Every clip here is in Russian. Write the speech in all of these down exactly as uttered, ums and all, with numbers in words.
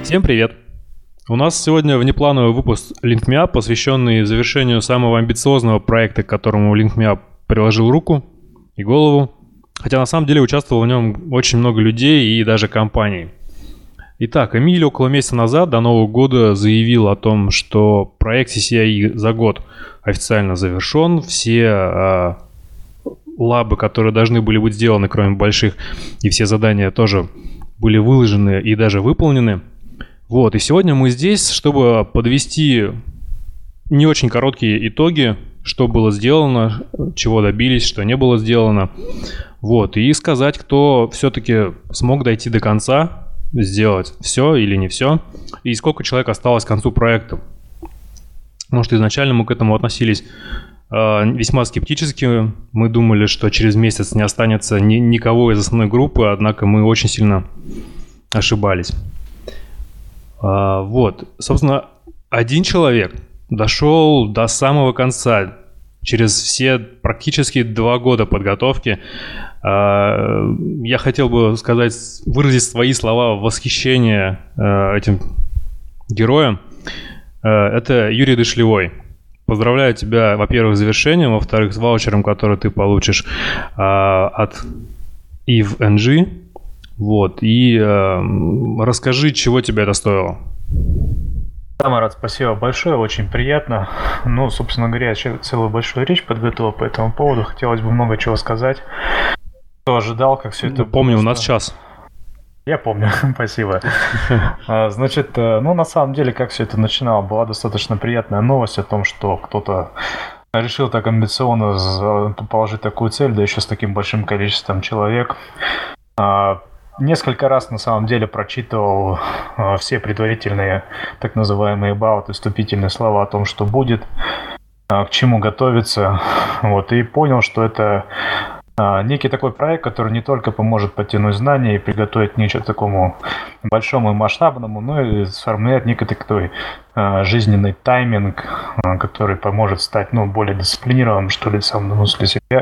Всем привет! У нас сегодня внеплановый выпуск LinkMeUp, посвященный завершению самого амбициозного проекта, к которому LinkMeUp приложил руку и голову, хотя на самом деле участвовало в нем очень много людей и даже компаний. Итак, Эмиль около месяца назад, до Нового года, заявил о том, что проект си си ай за год официально завершен, все э, лабы, которые должны были быть сделаны, кроме больших, и все задания тоже были выложены и даже выполнены. Вот, и сегодня мы здесь, чтобы подвести не очень короткие итоги, что было сделано, чего добились, что не было сделано. Вот, и сказать, кто все-таки смог дойти до конца, сделать все или не все, и сколько человек осталось к концу проекта. Потому что изначально мы к этому относились э, весьма скептически. Мы думали, что через месяц не останется ни, никого из основной группы, однако мы очень сильно ошибались. А, вот, собственно, один человек дошел до самого конца, через все практически два года подготовки. А, я хотел бы сказать, выразить свои слова восхищения а, этим героем. А, это Юрий Дышлевой. Поздравляю тебя, во-первых, с завершением, во-вторых, с ваучером, который ты получишь а, от ив-эн-джи. Вот, и э, расскажи, чего тебе это стоило. Да, Марат, спасибо большое, очень приятно. Ну, собственно говоря, я целую большую речь подготовил по этому поводу, хотелось бы много чего сказать. Кто ожидал, как все это... Помню, у нас час. Я помню, спасибо. Значит, ну, на самом деле, как все это начинало, была достаточно приятная новость о том, что кто-то решил так амбициозно положить такую цель, да еще с таким большим количеством человек. Несколько раз, на самом деле, прочитывал э, все предварительные так называемые бауты, вступительные слова о том, что будет, э, к чему готовиться, вот, и понял, что это э, некий такой проект, который не только поможет подтянуть знания и приготовить нечто такому большому и масштабному, но и сформировать некий такой э, жизненный тайминг, э, который поможет стать, ну, более дисциплинированным, что ли, в самом смысле себя.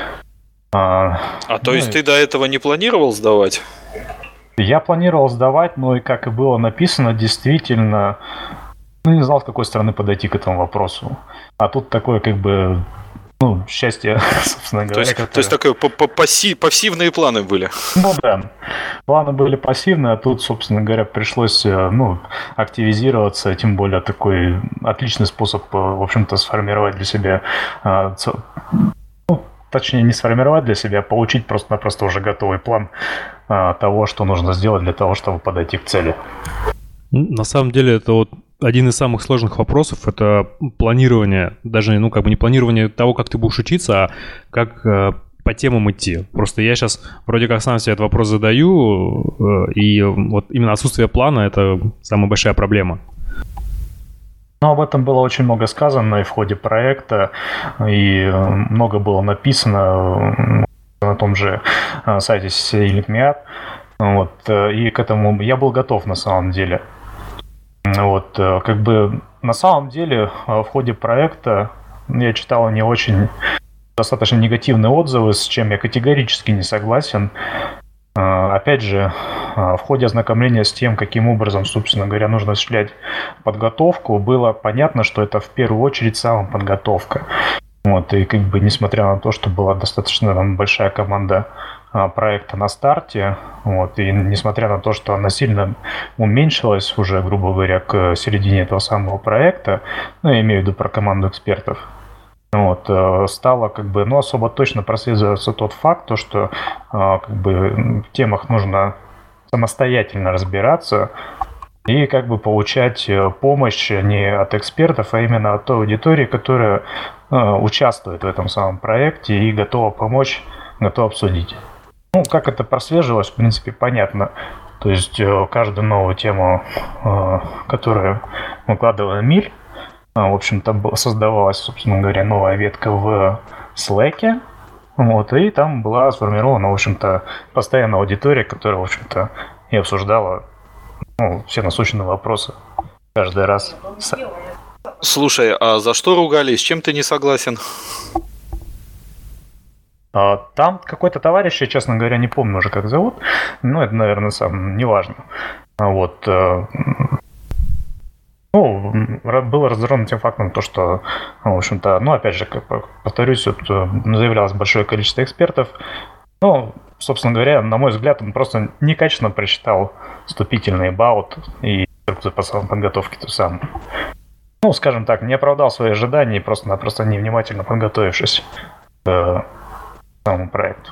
А, а то ну, есть ты до этого не планировал сдавать? Я планировал сдавать, но и как и было написано, действительно, ну, не знал, с какой стороны подойти к этому вопросу. А тут такое, как бы, ну, счастье, собственно говоря. То есть, которое... то есть такое пассив, пассивные планы были? Ну да, планы были пассивные, а тут, собственно говоря, пришлось, ну, активизироваться, тем более такой отличный способ, в общем-то, сформировать для себя... Точнее, не сформировать для себя, а получить просто-напросто уже готовый план а, того, что нужно сделать для того, чтобы подойти к цели. На самом деле, это вот один из самых сложных вопросов, это планирование, даже, ну, как бы не планирование того, как ты будешь учиться, а как э, по темам идти. Просто я сейчас вроде как сам себе этот вопрос задаю, э, и вот именно отсутствие плана – это самая большая проблема. Ну, об этом было очень много сказано и в ходе проекта, и много было написано на том же сайте си си ай LinkMeUp. Вот, и к этому я был готов на самом деле. Вот, как бы на самом деле в ходе проекта я читал не очень достаточно негативные отзывы, с чем я категорически не согласен. Опять же, в ходе ознакомления с тем, каким образом, собственно говоря, нужно осуществлять подготовку, было понятно, что это в первую очередь самоподготовка. Вот, и как бы несмотря на то, что была достаточно там, большая команда проекта на старте, вот, и несмотря на то, что она сильно уменьшилась уже, грубо говоря, к середине этого самого проекта, ну, я имею в виду про команду экспертов, вот, стало как бы, ну, особо точно прослеживаться тот факт, то, что как бы в темах нужно самостоятельно разбираться и как бы получать помощь не от экспертов, а именно от той аудитории, которая участвует в этом самом проекте и готова помочь, готова обсудить. Ну, как это прослеживалось, в принципе, понятно. То есть каждую новую тему, которую выкладывал Эмиль, в общем-то, создавалась, собственно говоря, новая ветка в Slack, вот, и там была сформирована, в общем-то, постоянная аудитория, которая, в общем-то, и обсуждала, ну, все насущные вопросы каждый раз. Слушай, а за что ругались? С чем ты не согласен? Там какой-то товарищ, я, честно говоря, не помню уже, как зовут, но это, наверное, сам неважно. Вот. Ну, было разочаровано тем фактом, то, что, в общем-то, ну, опять же, как повторюсь, вот, заявлялось большое количество экспертов. Ну, собственно говоря, на мой взгляд, он просто некачественно прочитал вступительный баут и инструкцию по самоподготовке ту самую. Ну, скажем так, не оправдал свои ожидания, просто-напросто невнимательно подготовившись к самому проекту.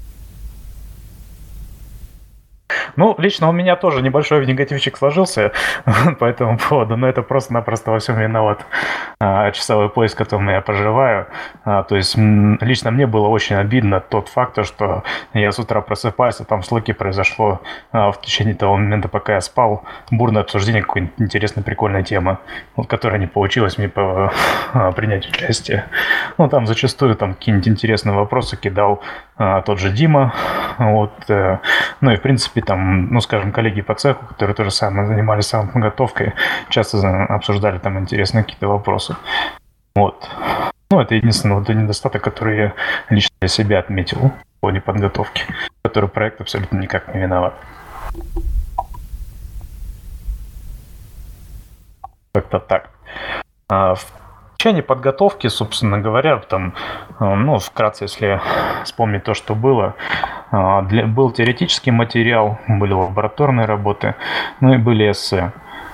Ну, лично у меня тоже небольшой негативчик сложился по этому поводу, но это просто-напросто во всем виноват а, часовой пояс, в котором я проживаю. А, то есть м, лично мне было очень обидно тот факт, что я с утра просыпаюсь, а там в Слоке произошло а, в течение того момента, пока я спал, бурное обсуждение какой-нибудь интересной, прикольной темы, вот, которая не получилось мне по, а, принять участие. Ну, там зачастую там какие-нибудь интересные вопросы кидал а, тот же Дима, вот, э, ну и в принципе там, ну, скажем, коллеги по цеху, которые тоже самое занимались самоподготовкой, часто обсуждали там интересные какие-то вопросы. Вот. Ну, это единственный вот недостаток, который я лично для себя отметил в ходе подготовки, который проект абсолютно никак не виноват. Как-то так. А в течение подготовки, собственно говоря, там, ну, вкратце, если вспомнить то, что было, для, был теоретический материал, были лабораторные работы, ну и были эссе.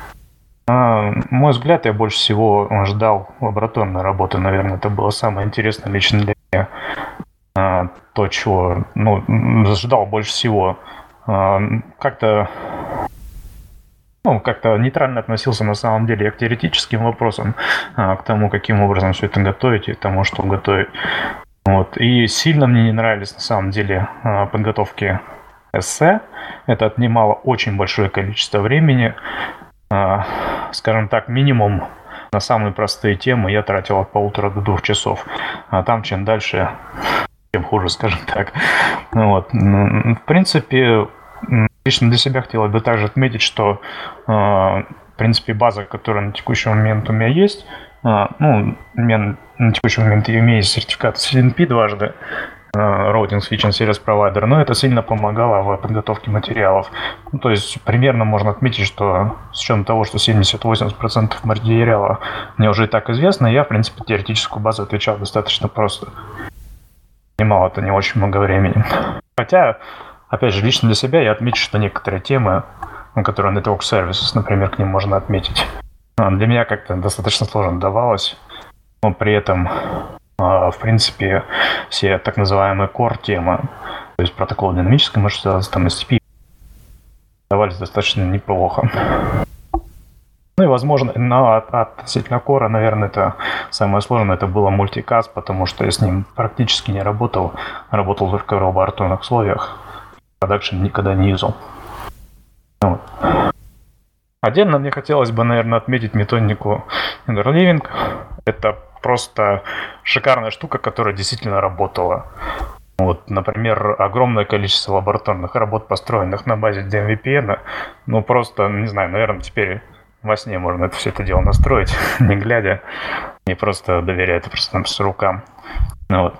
На мой взгляд, я больше всего ждал лабораторной работы, наверное, это было самое интересное лично для меня. То, чего, ну, ждал больше всего. Как-то Ну, как-то нейтрально относился на самом деле я к теоретическим вопросам, а, к тому, каким образом все это готовить и к тому, что готовить. Вот. И сильно мне не нравились на самом деле подготовки эссе. Это отнимало очень большое количество времени. А, скажем так, минимум на самые простые темы я тратил от полутора до двух часов. А там чем дальше, тем хуже, скажем так. Вот. В принципе, лично для себя хотелось бы также отметить, что, э, в принципе, база, которая на текущий момент у меня есть, э, ну, у меня на текущий момент я имею сертификат с эл эн пи дважды, э, Routing Switch and Service Provider, но это сильно помогало в подготовке материалов. Ну, то есть, примерно можно отметить, что с учетом того, что семьдесят-восемьдесят процентов материала мне уже и так известно, я, в принципе, теоретическую базу отвечал достаточно просто. Занимало это не очень много времени. Хотя... Опять же, лично для себя я отмечу, что некоторые темы, которые Network Services, например, к ним можно отметить, для меня как-то достаточно сложно давалось, но при этом, в принципе, все так называемые core темы, то есть протокол динамической маршрутизации, там эс ти пи, давались достаточно неплохо. Ну и, возможно, на, относительно Core, наверное, это самое сложное, это было мультикаст, потому что я с ним практически не работал, работал только в лабораторных условиях. Продакшн никогда не юзал. Вот. Отдельно мне хотелось бы, наверное, отметить методику Interleaving. Это просто шикарная штука, которая действительно работала. Вот, например, огромное количество лабораторных работ, построенных на базе ди эм ви пи эн. Ну, просто, не знаю, наверное, теперь во сне можно это все это дело настроить, не глядя, не просто доверяя это просто с рукам. Ну, вот.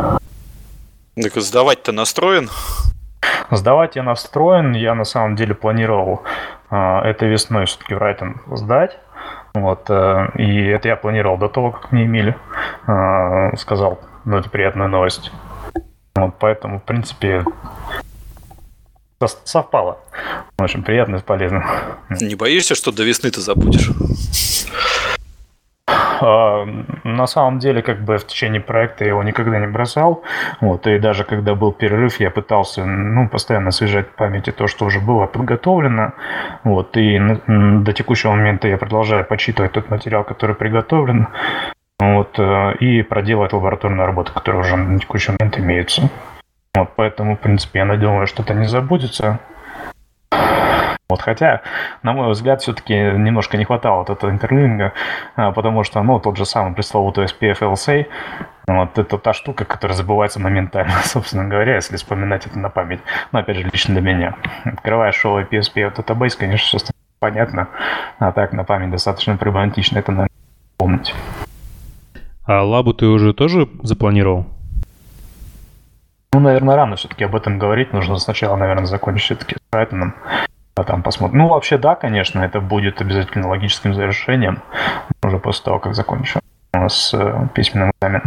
Так сдавать-то настроен? Сдавать я настроен, я на самом деле планировал э, этой весной все-таки в Райтон сдать, вот, э, и это я планировал до того, как мне Эмиль э, сказал, ну, это приятная новость, вот, поэтому, в принципе, совпало, очень приятно и полезно. Не боишься, что до весны ты забудешь? На самом деле, как бы в течение проекта я его никогда не бросал. Вот, и даже когда был перерыв, я пытался, ну, постоянно освежать в памяти то, что уже было подготовлено. Вот, и до текущего момента я продолжаю подсчитывать тот материал, который приготовлен. Вот, и проделать лабораторную работу, которая уже на текущий момент имеется. Вот, поэтому, в принципе, я думаю, что это не забудется. Вот, хотя, на мой взгляд, все-таки немножко не хватало вот этого интерлинга, потому что, ну, тот же самый пресловутый эс пи эф эл эс эй, вот, это та штука, которая забывается моментально, собственно говоря, если вспоминать это на память. Но, опять же, лично для меня. Открываешь шоу пи эс пи датабейс, конечно, все становится понятно, а так на память достаточно проблематично это, наверное, помнить. А лабу ты уже тоже запланировал? Ну, наверное, рано все-таки об этом говорить. Нужно сначала, наверное, закончить все-таки с Райтоном. А там посмотрим. Ну, вообще, да, конечно, это будет обязательно логическим завершением уже после того, как закончим у нас э, письменный экзамен.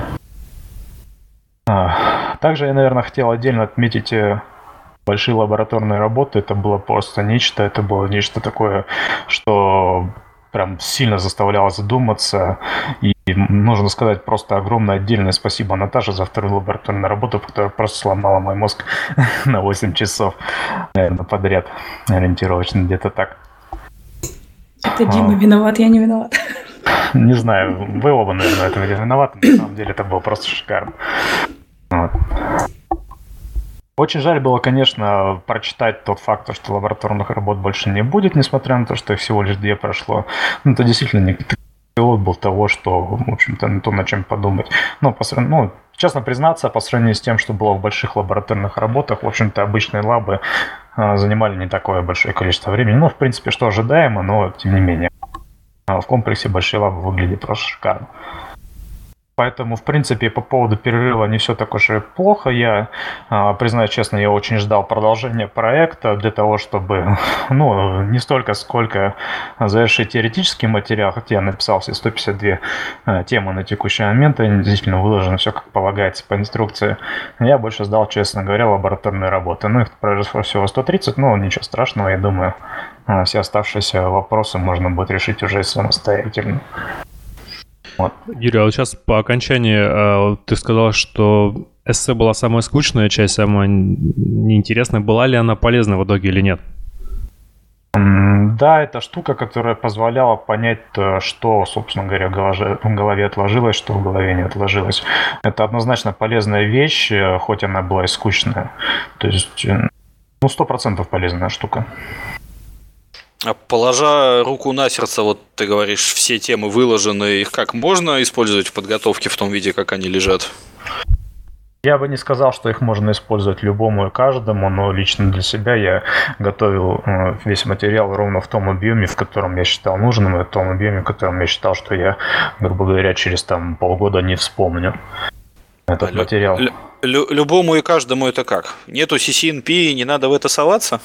А, также я, наверное, хотел отдельно отметить э, большие лабораторные работы. Это было просто нечто, это было нечто такое, что прям сильно заставляло задуматься. И нужно сказать просто огромное отдельное спасибо Наташе за вторую лабораторную работу, которая просто сломала мой мозг на восемь часов, наверное, подряд, ориентировочно, где-то так. Это Дима а, виноват, я не виноват. Не знаю, вы оба, наверное, этого не виноваты, на самом деле это было просто шикарно. Вот. Очень жаль было, конечно, прочитать тот факт, что лабораторных работ больше не будет, несмотря на то, что их всего лишь две прошло. Ну, это действительно не пилот был того, что, в общем-то, на то, над чем подумать. Но, по, ну, честно признаться, по сравнению с тем, что было в больших лабораторных работах, в общем-то, обычные лабы а, занимали не такое большое количество времени. Ну, в принципе, что ожидаемо, но тем не менее. А в комплексе большие лабы выглядят просто шикарно. Поэтому, в принципе, по поводу перерыва не все так уж и плохо. Я, признаюсь честно, я очень ждал продолжения проекта для того, чтобы, ну, не столько, сколько завершить теоретический материал, хотя я написал все сто пятьдесят две темы на текущий момент, они действительно выложены все как полагается по инструкции. Я больше ждал, честно говоря, лабораторные работы. Ну, их произошло всего сто тридцать, но ничего страшного, я думаю, все оставшиеся вопросы можно будет решить уже самостоятельно. Вот. Юрий, а вот сейчас по окончании э, ты сказал, что эссе была самая скучная часть, самая неинтересная. Была ли она полезна в итоге или нет? Да, это штука, которая позволяла понять, что, собственно говоря, в голове отложилось, что в голове не отложилось. Это однозначно полезная вещь, хоть она была и скучная. То есть, ну, сто процентов полезная штука. Положа руку на сердце, вот ты говоришь, все темы выложены, их как можно использовать в подготовке в том виде, как они лежат? Я бы не сказал, что их можно использовать любому и каждому, но лично для себя я готовил весь материал ровно в том объеме, в котором я считал нужным, и в том объеме, в котором я считал, что я, грубо говоря, через там полгода не вспомню этот а материал. Лю- лю- любому и каждому это как? Нету си си эн пи, не надо в это соваться?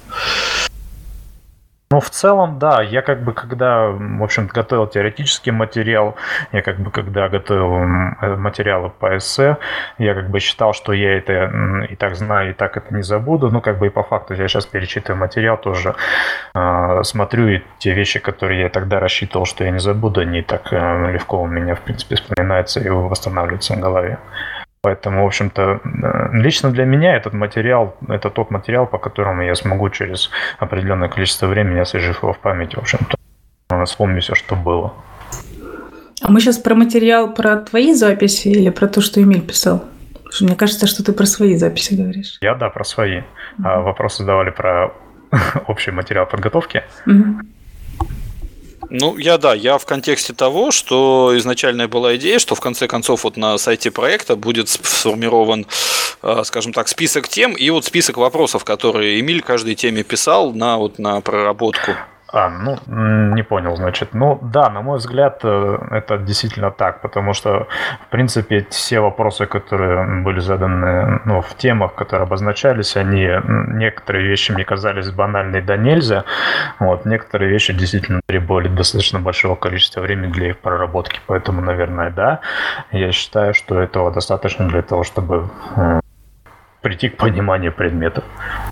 Ну, в целом, да, я как бы, когда, в общем-то, готовил теоретический материал, я как бы, когда готовил материалы по эссе, я как бы считал, что я это и так знаю, и так это не забуду, ну, как бы и по факту я сейчас перечитываю материал, тоже э, смотрю, и те вещи, которые я тогда рассчитывал, что я не забуду, они так э, легко у меня, в принципе, вспоминаются и восстанавливаются в голове. Поэтому, в общем-то, лично для меня этот материал, это тот материал, по которому я смогу через определенное количество времени, освежив его в памяти, в общем-то, вспомнить все, что было. А мы сейчас про материал, про твои записи или про то, что Эмиль писал? Потому что мне кажется, что ты про свои записи говоришь. Я, да, про свои. Mm-hmm. А вопросы задавали про общий материал подготовки. Mm-hmm. Ну, я да, я в контексте того, что изначальная была идея, что в конце концов вот на сайте проекта будет сформирован, скажем так, список тем и вот список вопросов, которые Эмиль каждой теме писал на, вот, на проработку. А, ну, не понял, значит. Ну, да, на мой взгляд, это действительно так, потому что, в принципе, все вопросы, которые были заданы, ну, в темах, которые обозначались, они, некоторые вещи мне казались банальной до нельзя, вот, некоторые вещи действительно требовали достаточно большого количества времени для их проработки, поэтому, наверное, да, я считаю, что этого достаточно для того, чтобы э, прийти к пониманию предметов.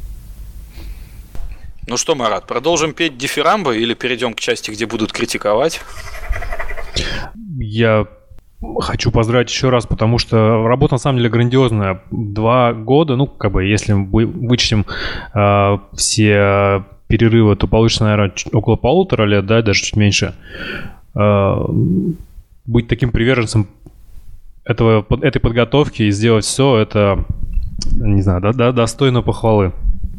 Ну что, Марат, продолжим петь дифирамбы или перейдем к части, где будут критиковать? Я хочу поздравить еще раз, потому что работа на самом деле грандиозная. Два года, ну, как бы, если мы вычтем э, все перерывы, то получится, наверное, около полутора лет, да, даже чуть меньше. Э, быть таким приверженцем этого, этой подготовки и сделать все, это, не знаю, да, да, достойно похвалы.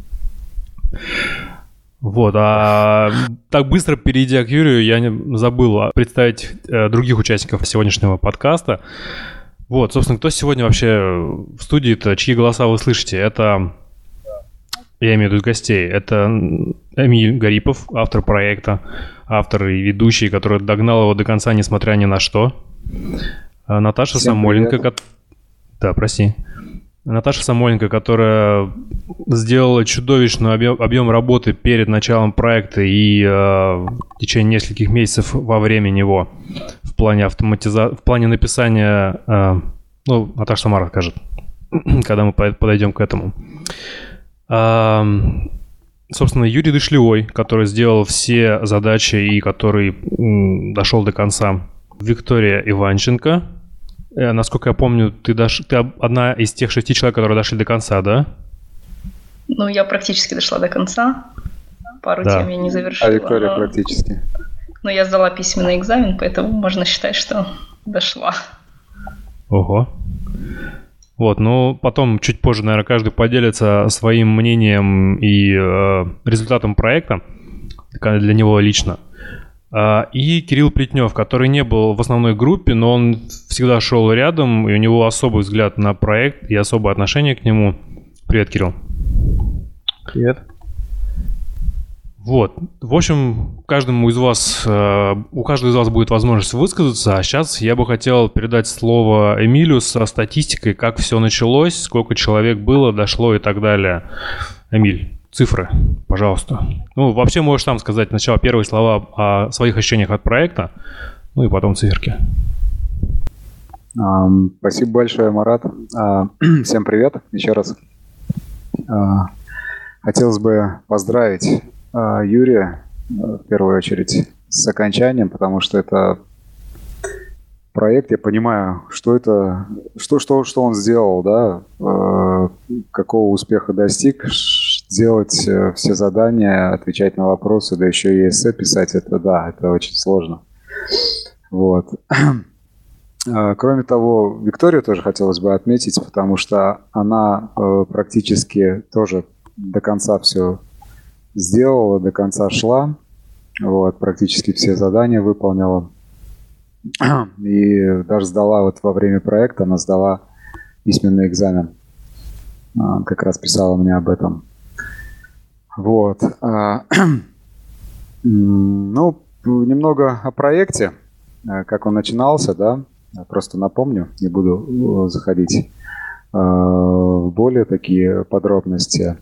Вот, а так быстро перейдя к Юрию, я не забыл представить э, других участников сегодняшнего подкаста. Вот, собственно, кто сегодня вообще в студии-то, чьи голоса вы слышите? Это, я имею в виду гостей, это Эмиль Гарипов, автор проекта, автор и ведущий, который догнал его до конца, несмотря ни на что. Наташа Всем Самойленко, ко... да, прости. Наташа Самойленко, которая сделала чудовищный объем, объем работы перед началом проекта и э, в течение нескольких месяцев во время него в плане автоматиза... в плане написания, э, ну, Наташа сама расскажет, когда мы подойдем к этому. Э, собственно, Юрий Дышлевой, который сделал все задачи и который м, дошел до конца. Виктория Иванченко. Насколько я помню, ты, дош... ты одна из тех шести человек, которые дошли до конца, да? Ну, я практически дошла до конца. Пару да. тем я не завершила. А Виктория но... практически. Но я сдала письменный экзамен, поэтому можно считать, что дошла. Ого. Вот, ну, потом, чуть позже, наверное, каждый поделится своим мнением и э, результатом проекта для него лично. И Кирилл Плетнев, который не был в основной группе, но он всегда шел рядом, и у него особый взгляд на проект и особое отношение к нему. Привет, Кирилл. Привет. Вот. В общем, каждому из вас, у каждого из вас будет возможность высказаться, а сейчас я бы хотел передать слово Эмилю со статистикой, как все началось, сколько человек было, дошло и так далее. Эмиль. Цифры, пожалуйста. Ну, вообще можешь сам сказать сначала первые слова о своих ощущениях от проекта, ну и потом циферки. Um, спасибо большое, Марат. Uh, всем привет еще раз. Uh, хотелось бы поздравить uh, Юрия uh, в первую очередь с окончанием, потому что это проект, я понимаю, что это, что, что, что он сделал, да, uh, какого успеха достиг. Делать э, все задания, отвечать на вопросы, да еще и эссе писать, это да, это очень сложно. Вот. э, кроме того, Викторию тоже хотелось бы отметить, потому что она э, практически тоже до конца все сделала, до конца шла, вот, практически все задания выполнила. И даже сдала вот во время проекта, она сдала письменный экзамен. Э, как раз писала мне об этом. Вот. Ну, немного о проекте, как он начинался, да, просто напомню, не буду заходить в более такие подробности.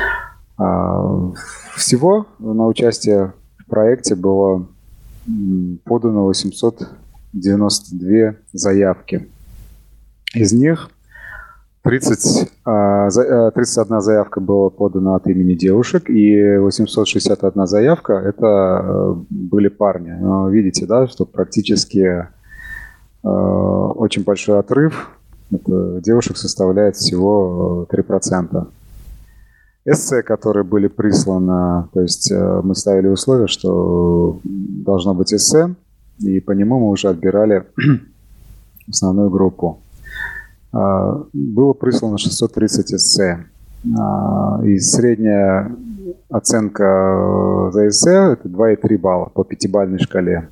Всего на участие в проекте было подано восемьсот девяносто две заявки. Из них тридцать, тридцать одна заявка была подана от имени девушек, и восемьсот шестьдесят одна заявка это были парни. Но видите, да, что практически очень большой отрыв. Это девушек составляет всего три процента. Эссе, которые были присланы, то есть мы ставили условие, что должно быть эссе, и по нему мы уже отбирали основную группу. Было прислано шестьсот тридцать эссе. И средняя оценка за эссе это два и три балла по пятибалльной шкале.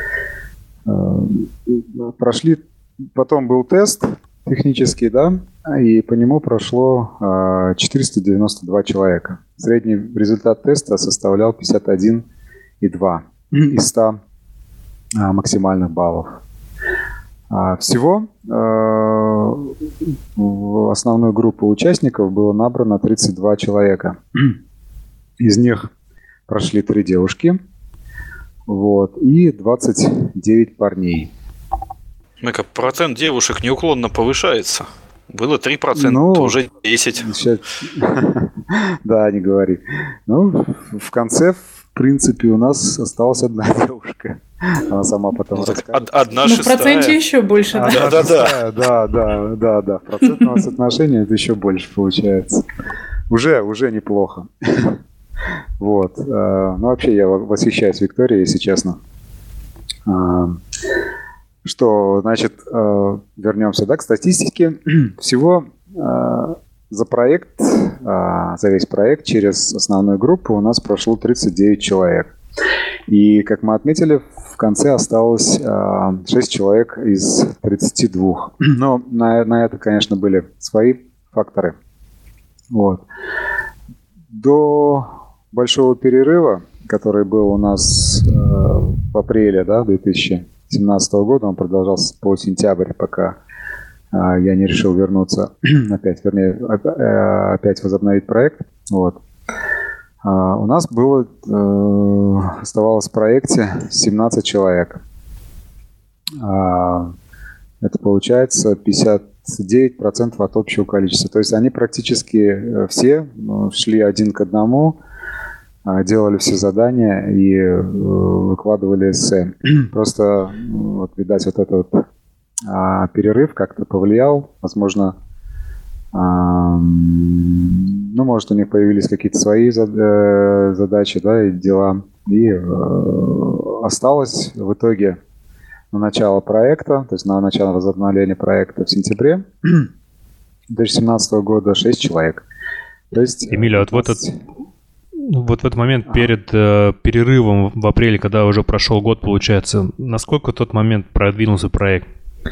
Прошли, потом был тест технический, да, и по нему прошло четыреста девяносто два человека. Средний результат теста составлял пятьдесят один и два из ста максимальных баллов. Всего в основную группу участников было набрано тридцать два человека. Из них прошли три девушки, вот, и двадцать девять парней. Ну-ка, процент девушек неуклонно повышается. Было три процента, ну, уже десять процентов. Да, не говори. Ну, в конце, в принципе, у нас осталась одна девушка. Она сама потом ну, расскажет. Одна ну, шестая. в проценте еще больше, да? Да, да, да, да, да, да, да. В процентном соотношении это еще больше получается. Уже, уже неплохо. Вот. Ну, вообще, я восхищаюсь Викторией, если честно. Что, значит, вернемся, да, к статистике. Всего за проект, за весь проект через основную группу у нас прошло тридцать девять человек. И, как мы отметили, в конце осталось шесть человек из тридцати двух. Но на, на это, конечно, были свои факторы. Вот. До большого перерыва, который был у нас в апреле, да, две тысячи семнадцатого года, он продолжался по сентябрь, пока я не решил вернуться опять, вернее, опять возобновить проект. Вот. У нас было, оставалось в проекте семнадцать человек. Это получается пятьдесят девять процентов от общего количества. То есть они практически все шли один к одному, делали все задания и выкладывали эссе. Просто, вот, видать, вот этот вот, а, перерыв как-то повлиял. Возможно, а, ну, может, у них появились какие-то свои зад- задачи, да, и дела. И э, осталось в итоге на начало проекта, то есть на начало возобновления проекта в сентябре две тысячи семнадцатого года шесть человек. То есть, Эмилия, вот в этот, вот в этот момент перед э, перерывом в апреле, когда уже прошел год, получается, насколько в тот момент продвинулся проект?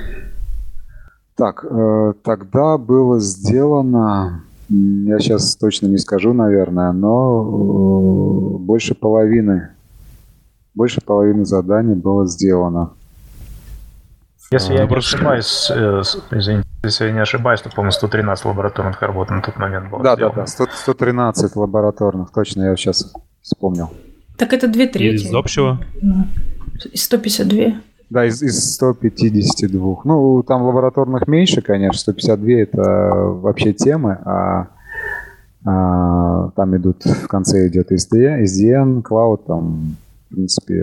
Так, э, тогда было сделано, я сейчас точно не скажу, наверное, но э, больше половины, больше половины заданий было сделано. Если я не просто- ошибаюсь, э, с- извините, если я не ошибаюсь, то, по-моему, сто тринадцать лабораторных работ на тот момент было Да, да, сделано. да, сто, сто тринадцать лабораторных, точно, я сейчас вспомнил. Так это две трети. Из общего? Ну, из сто пятьдесят два. Да, из, из ста пятидесяти двух. Ну, там лабораторных меньше, конечно, сто пятьдесят два это вообще темы, а, а там идут, в конце идет эс ди эн, эс ди эн, Cloud, там, в принципе,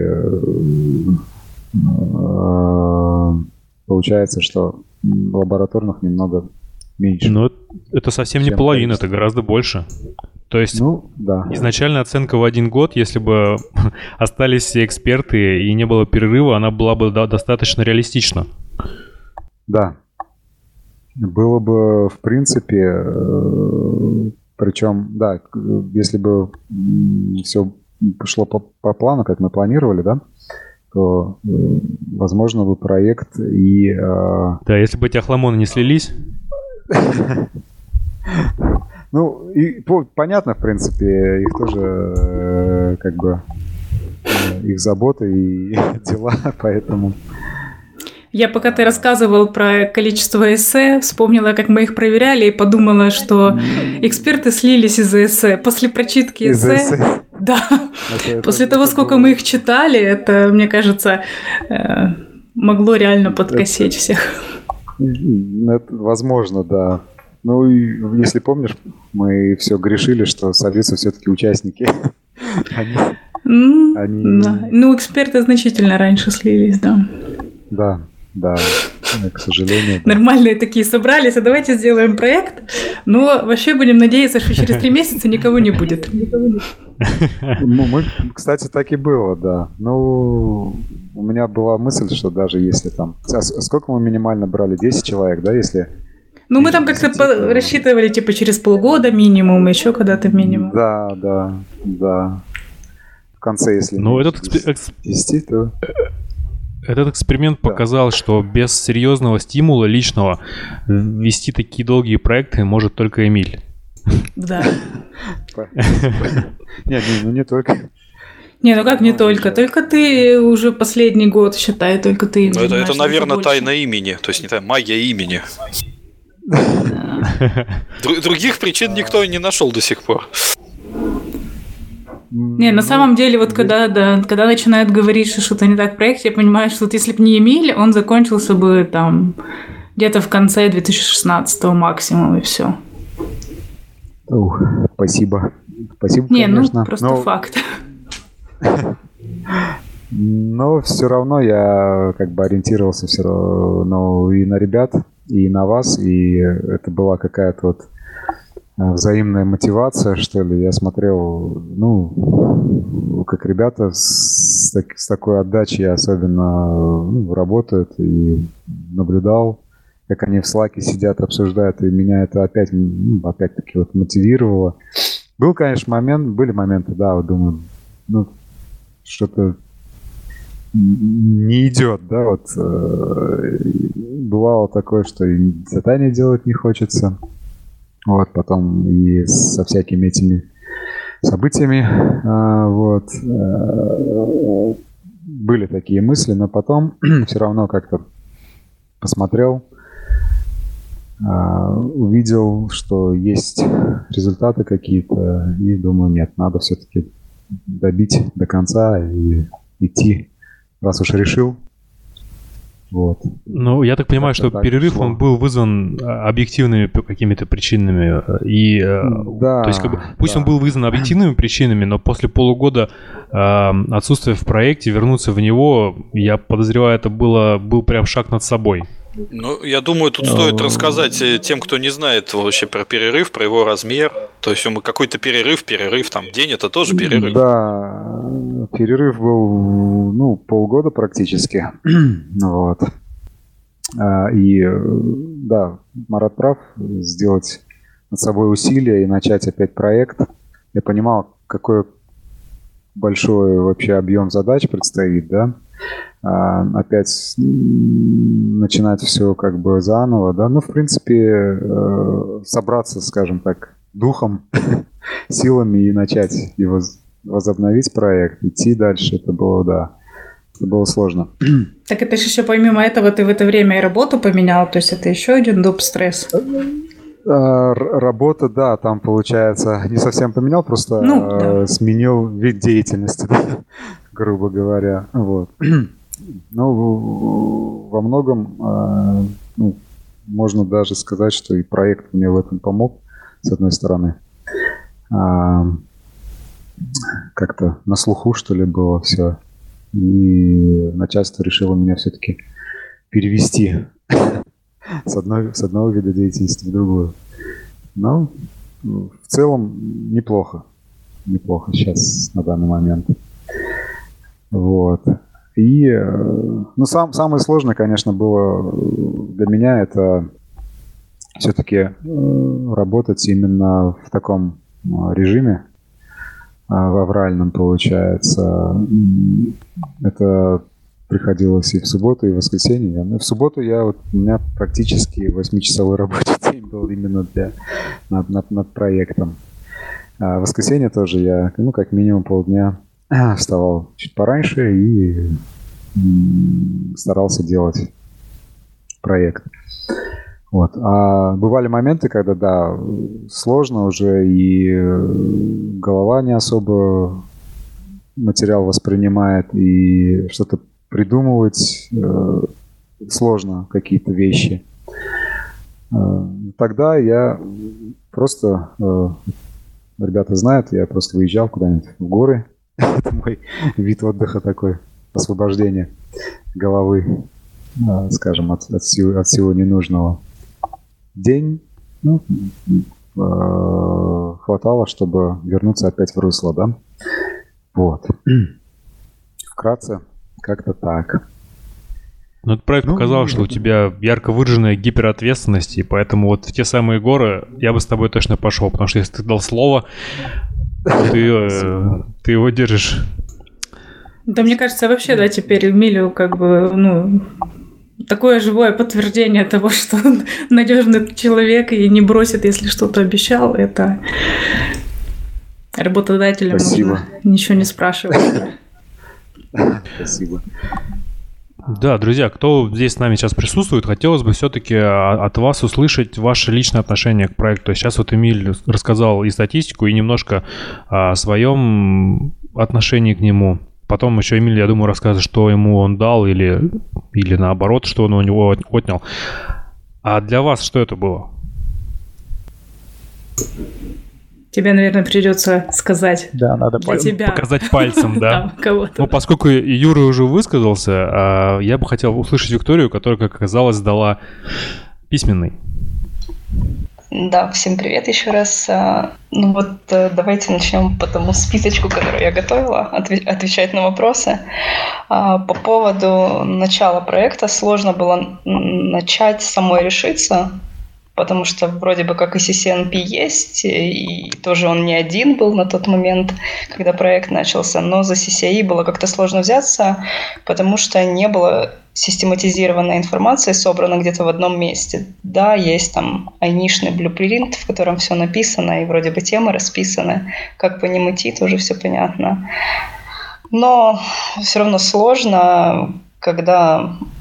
э, получается, что лабораторных немного меньше. Ну, это совсем не Чем половина, количество. это гораздо больше. То есть Ну, да. изначальная оценка в один год, если бы остались все эксперты и не было перерыва, она была бы до- достаточно реалистична. Да. Было бы, в принципе, э, причем, да, к- если бы все пошло по, по плану, как мы планировали, да, то, э, возможно, бы проект и... э, Да, если бы эти охламоны не слились, ну, и по- понятно, в принципе, их тоже, э, как бы, э, их заботы и дела, поэтому... Я, пока ты рассказывал про количество эссе, вспомнила, как мы их проверяли, и подумала, что эксперты слились из-за эссе. После прочитки Из-за эссе... эссе. Да. Это- это- После того, это сколько было- мы их читали, это, мне кажется, э, могло реально подкосить всех. Ну, это возможно, да. Ну, и если помнишь, мы все грешили, что сольются все-таки участники. Они- М, Они- да. Ну, эксперты значительно раньше слились, да. Да, да, к сожалению. да. Нормальные такие собрались, а давайте сделаем проект, но вообще будем надеяться, что через три месяца никого не будет. Ну, мы, кстати, так и было, да. Ну, у меня была мысль, что даже если там... А с- сколько мы минимально брали? десять человек, да, если... Ну, мы там как-то по- рассчитывали, типа, через полгода минимум, еще когда-то минимум. Да, да, да. В конце, если... ну, меньше этот, эксп- экс- десяти, то... этот эксперимент Да. показал, что без серьезного стимула личного вести такие долгие проекты может только Эмиль. Да. Нет, не, ну не только... Не, ну как не только? Только ты уже последний год, считай, только ты им Ну, это, занимаешься, это, наверное, больше. тайна имени. То есть не тайна, магия имени. Дру- Других причин никто не нашел до сих пор. Не, Ну, на самом деле, вот когда, да, когда начинают говорить, что что-то не так в проекте, я понимаю, что вот если бы не Эмиль, он закончился бы там где-то в конце две тысячи шестнадцатого максимум, и все. Ух, спасибо. Спасибо, Не, ну конечно. просто Но- факт. Но все равно я как бы ориентировался все равно и на ребят, и на вас, и это была какая-то вот э, взаимная мотивация, что ли. Я смотрел, ну, как ребята с, так- с такой отдачей особенно ну, работают, и наблюдал, как они в слаке сидят, обсуждают, и меня это опять, ну, опять-таки вот мотивировало. Был, конечно, момент, были моменты, да, вот думаю, ну, что-то не идет, да, вот э, бывало такое, что и задание делать не хочется, вот, потом и со всякими этими событиями, э, вот, э, были такие мысли, но потом все равно как-то посмотрел, увидел, что есть результаты какие-то, и думаю, нет, надо все-таки добить до конца и идти, раз уж решил. Вот. Ну, я так понимаю, что так перерыв, шло. Он был вызван объективными какими-то причинами. И, да, то есть, как бы, пусть да. он был вызван объективными причинами, но после полугода э, отсутствия в проекте вернуться в него, я подозреваю, это было, был прям шаг над собой. Ну, я думаю, тут стоит рассказать тем, кто не знает вообще про перерыв, про его размер. То есть, какой-то перерыв, перерыв, там, день, это тоже перерыв. Да, перерыв был, ну, полгода практически. Вот. И, да, Марат прав, сделать над собой усилия и начать опять проект. Я понимал, какой большой вообще объем задач предстоит, да. Опять начинать все как бы заново, да, ну, в принципе, собраться, скажем так, духом, силами и начать его возобновить проект, идти дальше, это было, да, это было сложно. Так это же еще помимо этого ты в это время и работу поменял, то есть это еще один доп. Стресс. Работа, да, там, получается, не совсем поменял, просто ну, да. сменил вид деятельности, да, грубо говоря, вот. Ну, во многом, ну, можно даже сказать, что и проект мне в этом помог, с одной стороны. Как-то на слуху, что ли, было все. И начальство решило меня все-таки перевести с, одной, с одного вида деятельности в другую. Но в целом неплохо. Неплохо сейчас, на данный момент. Вот. И, ну, сам, самое сложное, конечно, было для меня это все-таки работать именно в таком режиме, в авральном, получается. Это приходилось и в субботу, и в воскресенье. В субботу я, вот, у меня практически восьмичасовой рабочий день был именно для, над, над, над проектом. А в воскресенье тоже я, ну, как минимум полдня вставал чуть пораньше и старался делать проект. Вот. А бывали моменты, когда, да, сложно уже, и голова не особо материал воспринимает, и что-то придумывать э, сложно, какие-то вещи. Э, тогда я просто, э, ребята знают, я просто выезжал куда-нибудь в горы. Это мой вид отдыха такой, освобождение головы, э, скажем, от, от, всего, от всего ненужного. День, ну, э, хватало, чтобы вернуться опять в русло, да? Вот. Вкратце, как-то так. Ну, этот проект ну, показал, что у тебя ярко выраженная гиперответственность, и поэтому вот в те самые горы я бы с тобой точно пошел, потому что если ты дал слово, ты, э, ты его держишь. Да, мне кажется, вообще, да, теперь Эмилию как бы, ну, такое живое подтверждение того, что он надежный человек и не бросит, если что-то обещал, это работодателям можно ничего не спрашивать. Спасибо. Да, друзья, кто здесь с нами сейчас присутствует, хотелось бы все-таки от вас услышать ваше личное отношение к проекту. Сейчас вот Эмиль рассказал и статистику, и немножко о своем отношении к нему. Потом еще Эмиль, я думаю, расскажет, что ему он дал или, или наоборот, что он у него отнял. А для вас что это было? Тебе, наверное, придется сказать. Да, надо для тебя. Показать пальцем, да. Кого-то. Ну, поскольку Юра уже высказался, я бы хотел услышать Викторию, которая, как оказалось, дала письменный. Да, всем привет еще раз. Ну вот давайте начнем по тому списочку, который я готовила, отвечать на вопросы. По поводу начала проекта сложно было начать самой решиться, потому что вроде бы как и си си эн пи есть, и тоже он не один был на тот момент, когда проект начался, но за си си эй было как-то сложно взяться, потому что не было систематизированной информации, собрана где-то в одном месте. Да, есть там айнишный блюпринт, в котором все написано, и вроде бы темы расписаны, как по ним идти, тоже все понятно. Но все равно сложно, когда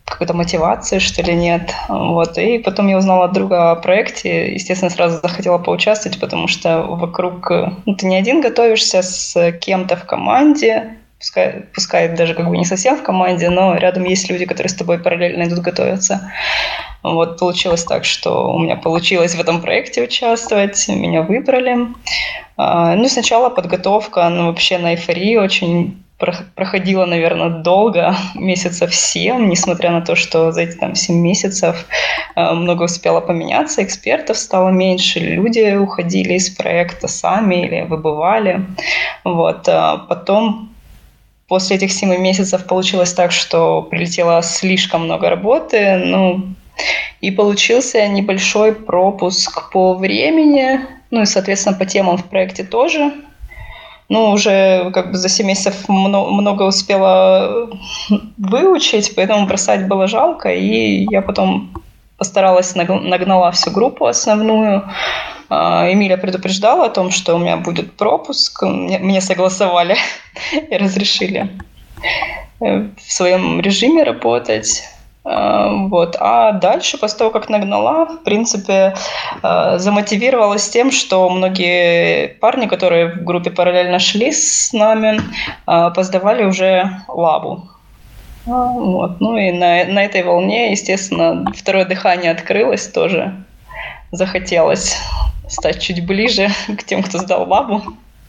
какой-то мотивации, что ли, нет. Вот. И потом я узнала от друга о проекте. Естественно, сразу захотела поучаствовать, потому что вокруг... Ну, ты не один готовишься с кем-то в команде, пускай, пускай даже как бы не совсем в команде, но рядом есть люди, которые с тобой параллельно идут готовиться. Вот получилось так, что у меня получилось в этом проекте участвовать, меня выбрали. Ну, сначала подготовка, ну, вообще на эйфории очень проходила, наверное, долго, месяцев семь, несмотря на то, что за эти там семь месяцев много успело поменяться, экспертов стало меньше, люди уходили из проекта сами или выбывали. Вот. Потом после этих семи месяцев получилось так, что прилетело слишком много работы, ну, и получился небольшой пропуск по времени, ну и, соответственно, по темам в проекте тоже. Ну, уже как бы за семь месяцев много, много успела выучить, поэтому бросать было жалко, и я потом постаралась, нагнала всю группу основную. Эмиля предупреждала о том, что у меня будет пропуск, мне согласовали и разрешили в своем режиме работать. Вот. А дальше, после того, как нагнала, в принципе, замотивировалась тем, что многие парни, которые в группе параллельно шли с нами, поздавали уже лабу. Вот. Ну и на, на этой волне, естественно, второе дыхание открылось тоже. Захотелось стать чуть ближе к тем, кто сдал лабу.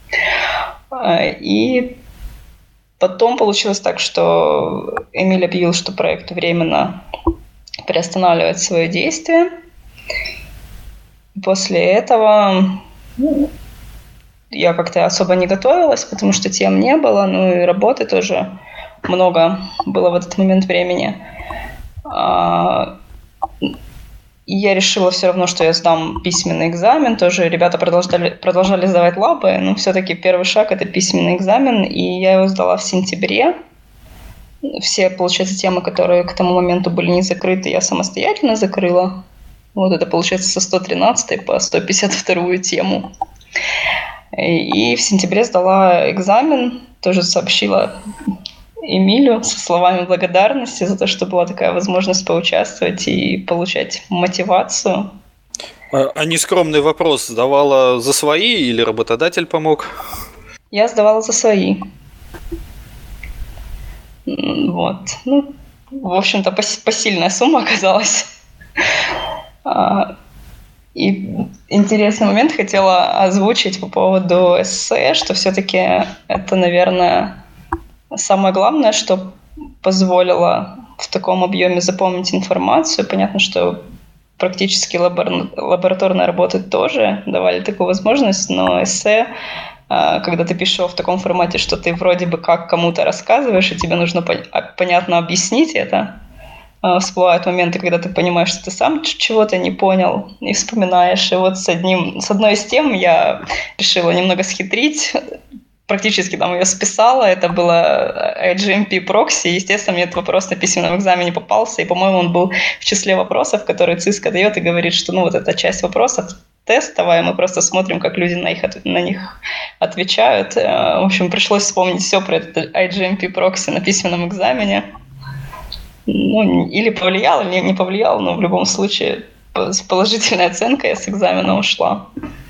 И потом получилось так, что Эмиль объявил, что проект временно приостанавливает свое действие. После этого я как-то особо не готовилась, потому что тем не было, ну и работы тоже много было в этот момент времени. И я решила все равно, что я сдам письменный экзамен. Тоже ребята продолжали, продолжали сдавать лабы, но все-таки первый шаг – это письменный экзамен, и я его сдала в сентябре. Все, получается, темы, которые к тому моменту были не закрыты, я самостоятельно закрыла. Вот это, получается, со сто тринадцатой по сто пятьдесят вторую тему. И в сентябре сдала экзамен, тоже сообщила Эмилю со словами благодарности за то, что была такая возможность поучаствовать и получать мотивацию. А, а нескромный вопрос, сдавала за свои или работодатель помог? Я сдавала за свои. Вот. Ну, в общем-то, посильная сумма оказалась. И интересный момент хотела озвучить по поводу эссе, что все-таки это, наверное, самое главное, что позволило в таком объеме запомнить информацию. Понятно, что практически лабор... лабораторные работы тоже давали такую возможность, но эссе, когда ты пишешь его в таком формате, что ты вроде бы как кому-то рассказываешь, и тебе нужно понятно объяснить это, всплывают моменты, когда ты понимаешь, что ты сам чего-то не понял и вспоминаешь. И вот с, одним, с одной из тем я решила немного схитрить, практически там ее списала, это было ай джи эм пи прокси, естественно, мне этот вопрос на письменном экзамене попался, и, по-моему, он был в числе вопросов, которые ЦИСКа дает и говорит, что, ну, вот эта часть вопросов тестовая, мы просто смотрим, как люди на, их, на них отвечают. В общем, пришлось вспомнить все про этот ай джи эм пи прокси на письменном экзамене. Ну, или повлиял, или не повлиял, но в любом случае с положительной оценкой я с экзамена ушла.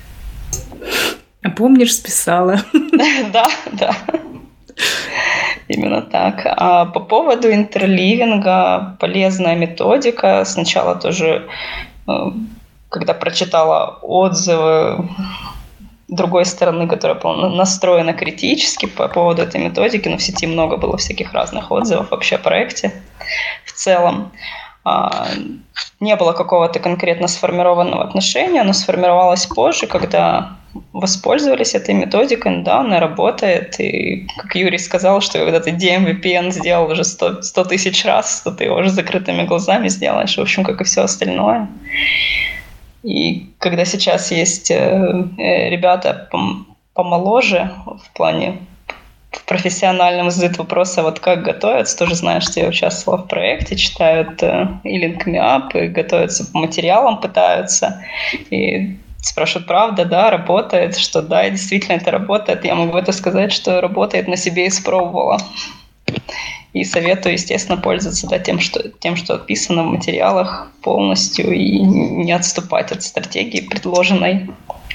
А помнишь, списала? Да, да. Именно так. А по поводу интерливинга, полезная методика. Сначала тоже, когда прочитала отзывы другой стороны, которая была настроена критически по поводу этой методики, но в сети много было всяких разных отзывов вообще о проекте в целом. Не было какого-то конкретно сформированного отношения, оно сформировалось позже, когда воспользовались этой методикой, да, она работает, и как Юрий сказал, что когда ты ди эм ви пи эн сделал уже сто тысяч раз, то ты его уже закрытыми глазами сделаешь, в общем, как и все остальное. И когда сейчас есть ребята помоложе в плане в профессиональном задают вопросы, вот как готовятся, тоже знаешь, что я участвовала в проекте, читают и линкмиап, и готовятся по материалам, пытаются, и спрашивают, правда, да, работает, что да, действительно это работает. Я могу это сказать, что работает, на себе испробовала. И советую, естественно, пользоваться да, тем, что, тем, что описано в материалах полностью, и не отступать от стратегии предложенной.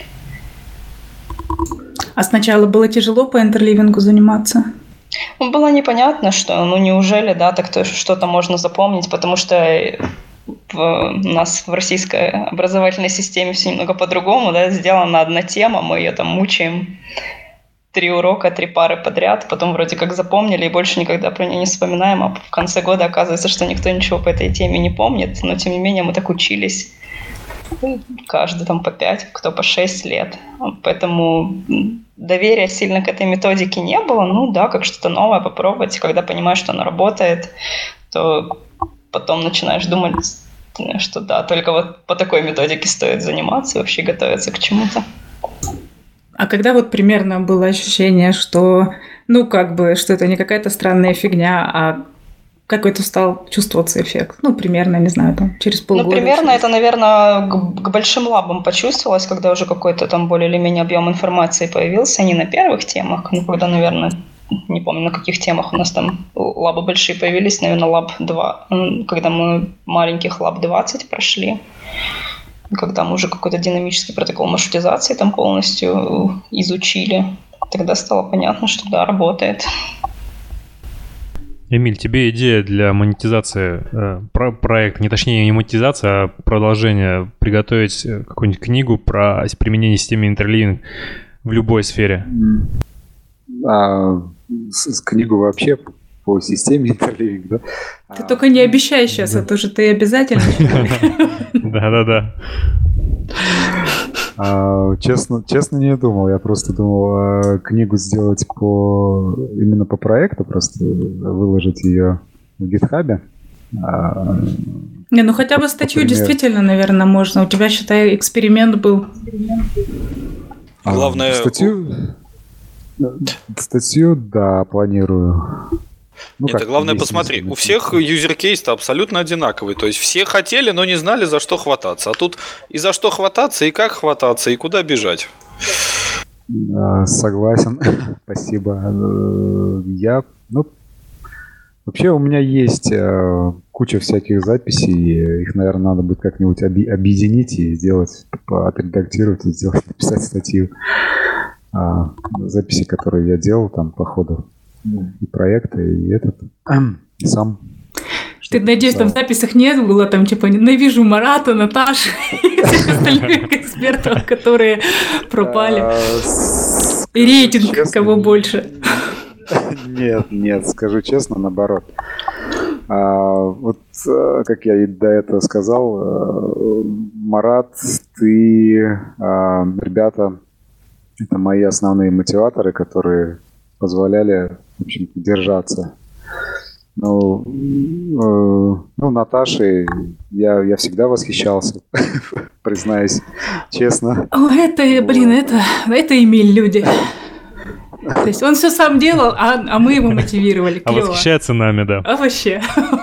А сначала было тяжело по интерливингу заниматься? Ну, было непонятно, что, ну, неужели, да, так-то что-то можно запомнить, потому что в, у нас в российской образовательной системе все немного по-другому, да, сделана одна тема, мы ее там мучаем три урока, три пары подряд, потом вроде как запомнили и больше никогда про нее не вспоминаем, а в конце года оказывается, что никто ничего по этой теме не помнит, но тем не менее мы так учились. Каждый там по пять, кто по шесть лет. Поэтому доверия сильно к этой методике не было. Ну да, как что-то новое попробовать. Когда понимаешь, что оно работает, то потом начинаешь думать, что да, только вот по такой методике стоит заниматься и вообще готовиться к чему-то. А когда вот примерно было ощущение, что, ну как бы, что это не какая-то странная фигня, а какой-то стал чувствоваться эффект? Ну, примерно, не знаю, там, через полгода. Ну, примерно через... это, наверное, к, к большим лабам почувствовалось, когда уже какой-то там более или менее объем информации появился, не на первых темах, ну, когда, наверное, не помню, на каких темах у нас там лабы большие появились, наверное, лаб два, когда мы маленьких лаб двадцать прошли, когда мы уже какой-то динамический протокол маршрутизации там полностью изучили, тогда стало понятно, что да, работает. Эмиль, тебе идея для монетизации э, про проект, не точнее не монетизация, а продолжение, приготовить какую-нибудь книгу про применение системы интерливинг в любой сфере? А, с, с книгу вообще по системе интерливинг, да? Ты а, только не обещай сейчас, да. А то же ты обязательно. Да-да-да. Честно, честно не думал. Я просто думал книгу сделать по именно по проекту, просто выложить ее в GitHub. Не, ну хотя бы статью например... действительно, наверное, можно. У тебя, считай, эксперимент был. А, Главное... Статью... Статью, да, планирую. Ну, Нет, главное посмотри, у всех юзер-кейс-то абсолютно одинаковый. То есть все хотели, но не знали, за что хвататься. А тут и за что хвататься, и как хвататься, и куда бежать. Согласен. Спасибо. Я, ну, вообще у меня есть куча всяких записей. Их, наверное, надо будет как-нибудь объединить и сделать, отредактировать и сделать, написать статью. Записи, которые я делал там по ходу. И проекты, и этот, и сам. Ты, надеюсь, там в записях нет было, там, типа, ненавижу Марата, Наташу и всех остальных экспертов, которые пропали. И рейтинг, кого больше. Нет, нет, скажу честно, наоборот. Вот, как я и до этого сказал, Марат, ты, ребята, это мои основные мотиваторы, которые позволяли, в общем, держаться. Ну, э, ну Наташей я, я всегда восхищался, признаюсь честно. О, это, блин, это, это Эмиль, люди. То есть он все сам делал, а, а мы его мотивировали. А клево. Восхищается нами, да. А вообще.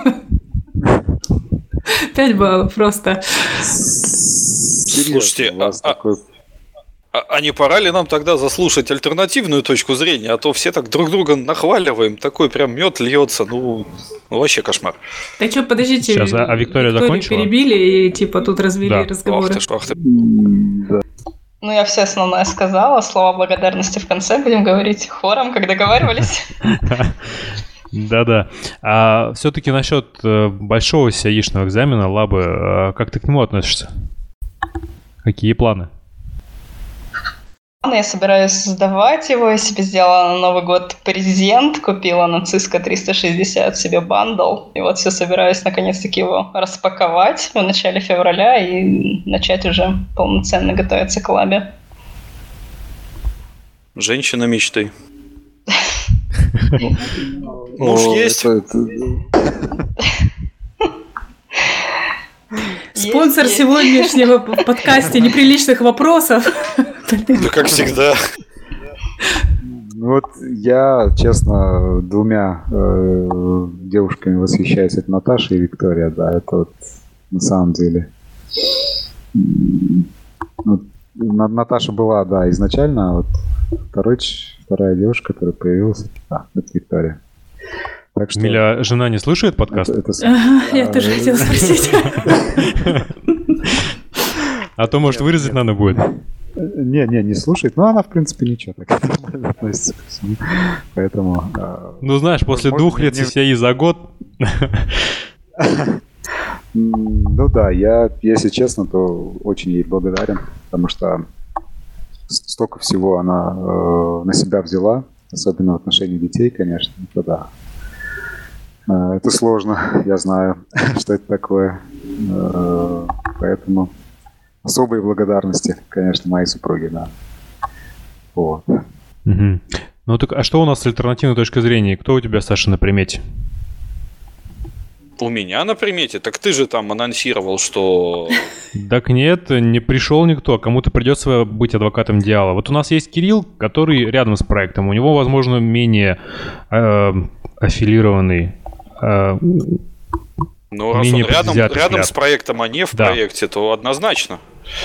Пять баллов просто. Слушайте, а, такой... а не пора ли нам тогда заслушать альтернативную точку зрения, а то все так друг друга нахваливаем, такой прям мед льется, ну, ну вообще кошмар. Так что, подождите, сейчас, а, а Виктория закончила? Перебили и типа тут развели да. разговоры. Ах ты, ах ты. Да. Ну, я все основное сказала, слова благодарности в конце будем говорить хором, как договаривались. Да-да. А все-таки насчет большого сиаишного экзамена, лабы, как ты к нему относишься? Какие планы? Я собираюсь сдавать его, я себе сделала на Новый год презент, купила на Cisco триста шестьдесят себе бандл, и вот все собираюсь наконец-таки его распаковать в начале февраля и начать уже полноценно готовиться к лабе. Женщина мечты. Муж есть? Спонсор есть, сегодняшнего есть. подкаста неприличных вопросов. Да как всегда. Вот я, честно, двумя э, девушками восхищаюсь. Это Наташа и Виктория, да, это вот на самом деле. Вот, Наташа была, да, изначально, а вот второй, вторая девушка, которая появилась, а, это Виктория. Так что... Миля, жена не слушает подкаст? Это, это... Ага, я тоже хотела спросить. А то, может, вырезать надо будет. Не, не, не слушает. Но она, в принципе, ничего так относится ко всему. Поэтому... Ну, знаешь, после двух лет сессии за год... Ну да, я, если честно, то очень ей благодарен, потому что столько всего она э, на себя взяла, особенно в отношении детей, конечно. Это да. Э, это сложно, я знаю, что это такое. Э, поэтому особые благодарности, конечно, моей супруге, да. Вот. Угу. Ну так, а что у нас с альтернативной точки зрения? Кто у тебя, Саша, на примете? У меня на примете? Так ты же там анонсировал, что... Так нет, не пришел никто. Кому-то придется быть адвокатом дьявола. Вот у нас есть Кирилл, который рядом с проектом. У него, возможно, менее э, аффилированный. Э, ну, раз он рядом, рядом с проектом, а не в да. проекте, то однозначно.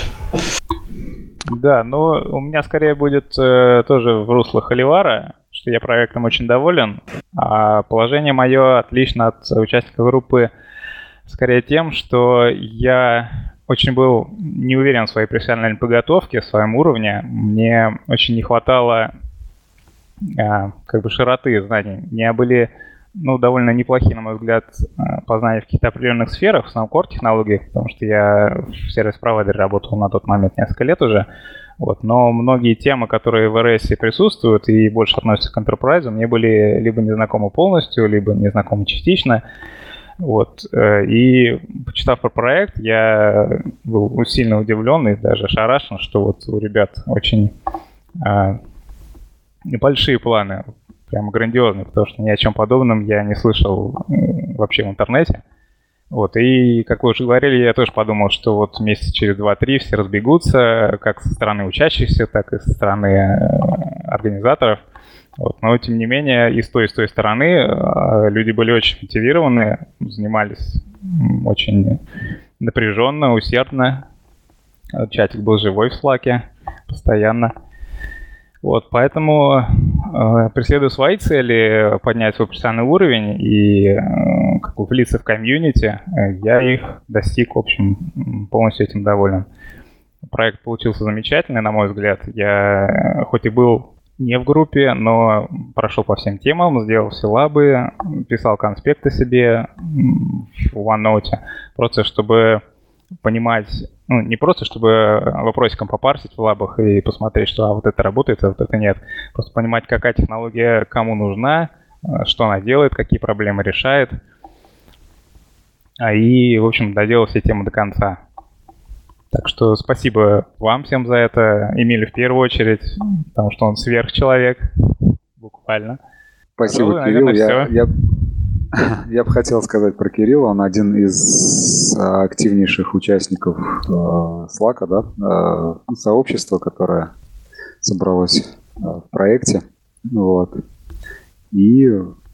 Да, но у меня скорее будет э, тоже в русло Холивара, что я проектом очень доволен, а положение мое отлично от участников группы скорее тем, что я очень был не уверен в своей профессиональной подготовке, в своем уровне. Мне очень не хватало а, как бы широты знаний. У меня были ну, довольно неплохие, на мой взгляд, познания в каких-то определенных сферах, в основном core-технологиях, потому что я в сервис-провайдере работал на тот момент несколько лет уже. Вот, но многие темы, которые в эр эс присутствуют и больше относятся к enterprise, мне были либо незнакомы полностью, либо незнакомы частично. Вот, и почитав про проект, я был сильно удивлен и даже ошарашен, что вот у ребят очень а, большие планы, прямо грандиозные, потому что ни о чем подобном я не слышал вообще в интернете. Вот, и, как вы уже говорили, я тоже подумал, что вот месяца через два-три все разбегутся, как со стороны учащихся, так и со стороны организаторов. Вот, но, тем не менее, и с той, и с той стороны люди были очень мотивированы, занимались очень напряженно, усердно. Чатик был живой в Slack'е постоянно. Вот, поэтому э, преследую свои цели, поднять свой профессиональный уровень и э, как бы влиться в комьюнити. Я их достиг, в общем, полностью этим доволен. Проект получился замечательный, на мой взгляд. Я хоть и был не в группе, но прошел по всем темам, сделал все лабы, писал конспекты себе в OneNote, просто чтобы понимать, ну, не просто чтобы вопросиком попарсить в лабах и посмотреть, что а вот это работает, а вот это нет. Просто понимать, какая технология кому нужна, что она делает, какие проблемы решает. И, в общем, доделал все темы до конца. Так что спасибо вам всем за это. Эмилю в первую очередь, потому что он сверхчеловек, буквально. Спасибо, ну, Кирилл. Наверное, я, я, я бы хотел сказать про Кирилла. Он один из активнейших участников э, Slack'а, да, э, сообщества, которое собралось э, в проекте. Вот. И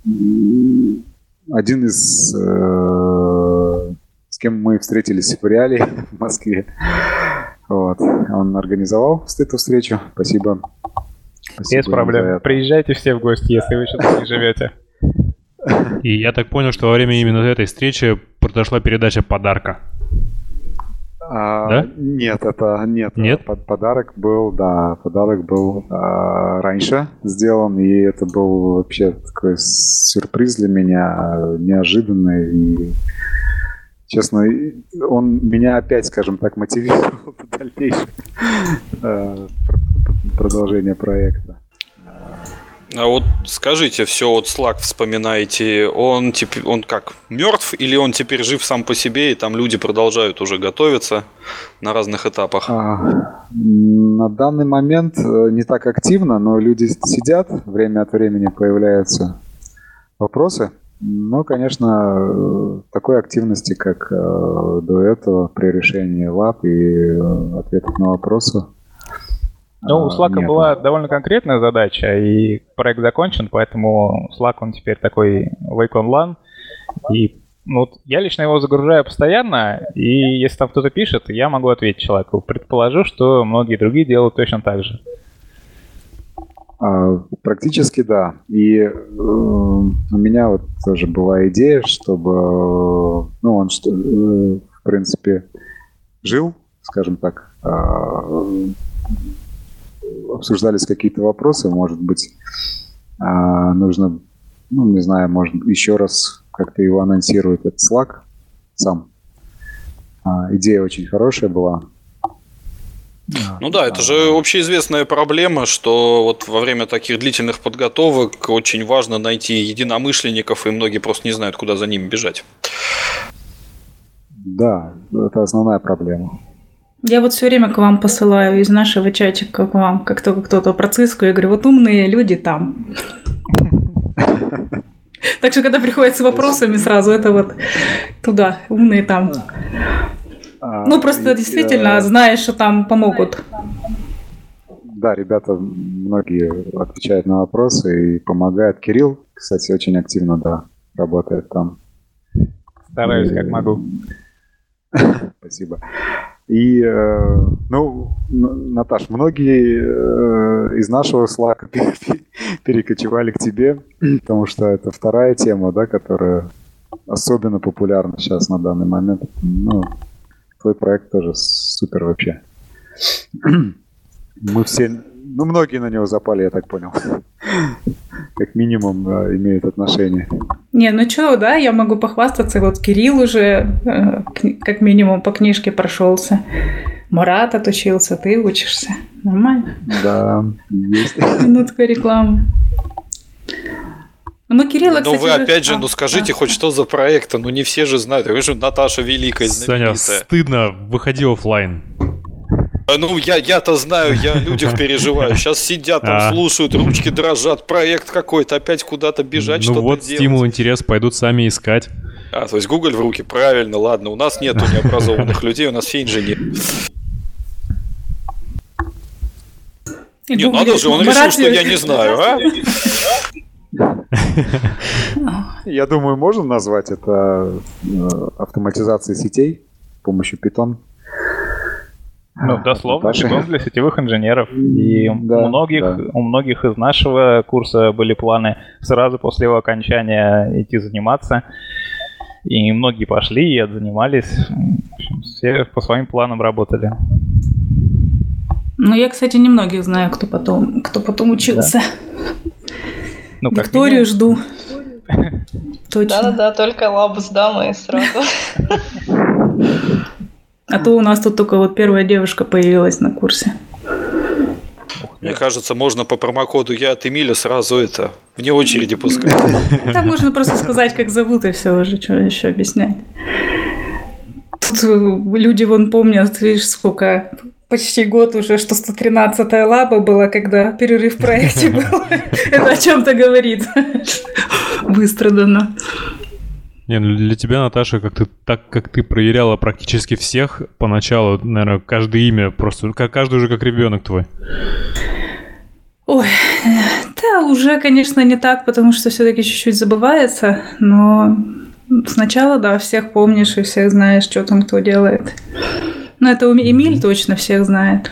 один из... Э, с кем мы встретились в реале в Москве. Вот. Он организовал эту встречу. Спасибо. Спасибо. Без проблем. Приезжайте все в гости, если вы еще тут не живете. И я так понял, что во время именно этой встречи произошла передача подарка. А, да? Нет, это нет. Нет? Подарок был, да, подарок был а, раньше сделан, и это был вообще такой сюрприз для меня, неожиданный. И, честно, он меня опять, скажем так, мотивировал в дальнейшем продолжение проекта. А вот скажите, все, вот Slack вспоминаете, он теперь, он как, мертв или он теперь жив сам по себе, и там люди продолжают уже готовиться на разных этапах? А, на данный момент не так активно, но люди сидят, время от времени появляются вопросы. Но, конечно, такой активности, как до этого при решении лаб и ответов на вопросы. Ну, у Slack была довольно конкретная задача, и проект закончен, поэтому Slack, он теперь такой wake on LAN. И ну, вот я лично его загружаю постоянно, и если там кто-то пишет, я могу ответить человеку. Предположу, что многие другие делают точно так же. А, практически да. И э, у меня вот тоже была идея, чтобы, э, ну, он, что, э, в принципе, жил, скажем так, э, обсуждались какие-то вопросы, может быть, э, нужно, ну, не знаю, может, еще раз как-то его анонсировать, этот Slack сам. Э, идея очень хорошая была. Ну да, это же общеизвестная проблема, что вот во время таких длительных подготовок очень важно найти единомышленников, и многие просто не знают, куда за ними бежать. Да, это основная проблема. Я вот все время к вам посылаю из нашего чатика к вам, как только кто-то про Циску, я говорю, вот умные люди там. Так что, когда приходят с вопросами сразу, это вот туда, умные там. Ну, просто действительно, знаешь, что там помогут. Да, ребята многие отвечают на вопросы и помогают. Кирилл, кстати, очень активно, да, работает там. Стараюсь, как могу. Спасибо. И, э, ну, Наташ, многие э, из нашего Slack перекочевали к тебе, потому что это вторая тема, да, которая особенно популярна сейчас на данный момент. Ну, твой проект тоже супер вообще. Мы все, ну, многие на него запали, я так понял. Как минимум да, имеют отношение. Не, ну что, да, я могу похвастаться. Вот Кирилл уже э, как минимум по книжке прошелся. Марат отучился, ты учишься. Нормально? Да, есть. Минутка рекламы. Ну, Кирилла, ну кстати, вы опять же, а, ну скажите а. хоть что за проект, ну не все же знают, вы же Наташа Великая, знаменитая. Саня, стыдно, выходи офлайн. Ну, я, я-то знаю, я о людях переживаю. Сейчас сидят там, А. слушают, ручки дрожат, проект какой-то, опять куда-то бежать, Ну что-то вот делать. стимул, интерес, пойдут сами искать. А, то есть Google в руки, правильно, ладно, у нас нету необразованных людей, у нас все инженеры. И Не, Google, надо же, он решил, Марат, что я не знаю, а? Я думаю, можно назвать это э, автоматизацией сетей с помощью Python. Ну, дословно, Наташа. Python для сетевых инженеров. И Да, у, многих, да. у многих из нашего курса были планы сразу после его окончания идти заниматься. И многие пошли и отзанимались. В общем, все по своим планам работали. Ну, я, кстати, немногих знаю, кто потом, кто потом учился. Ну, как Викторию минимум. жду. Точно. Да-да-да, только лабу сдам и сразу. А то у нас тут только вот первая девушка появилась на курсе. Мне кажется, можно по промокоду «Я от Эмиля» сразу это, вне очереди пускать. Так можно просто сказать, как зовут, и все уже, что еще объяснять. Тут люди вон помнят, видишь, сколько, почти год уже, что сто тринадцатая лаба была, когда перерыв в проекте был. Это о чем-то говорит. Быстро дано. Не, ну для тебя, Наташа, как ты, так как ты проверяла практически всех поначалу, наверное, каждое имя просто, как каждый уже как ребенок твой. Ой, да, уже, конечно, не так, потому что все-таки чуть-чуть забывается, но сначала, да, всех помнишь и всех знаешь, что там кто делает. Но это Эмиль точно всех знает.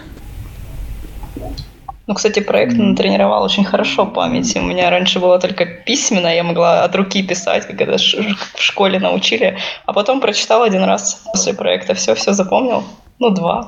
Ну, кстати, проект натренировал очень хорошо память. У меня раньше было только письменно, я могла от руки писать, как это в школе научили. А потом прочитал один раз после проекта. Все, все запомнил. Ну, два.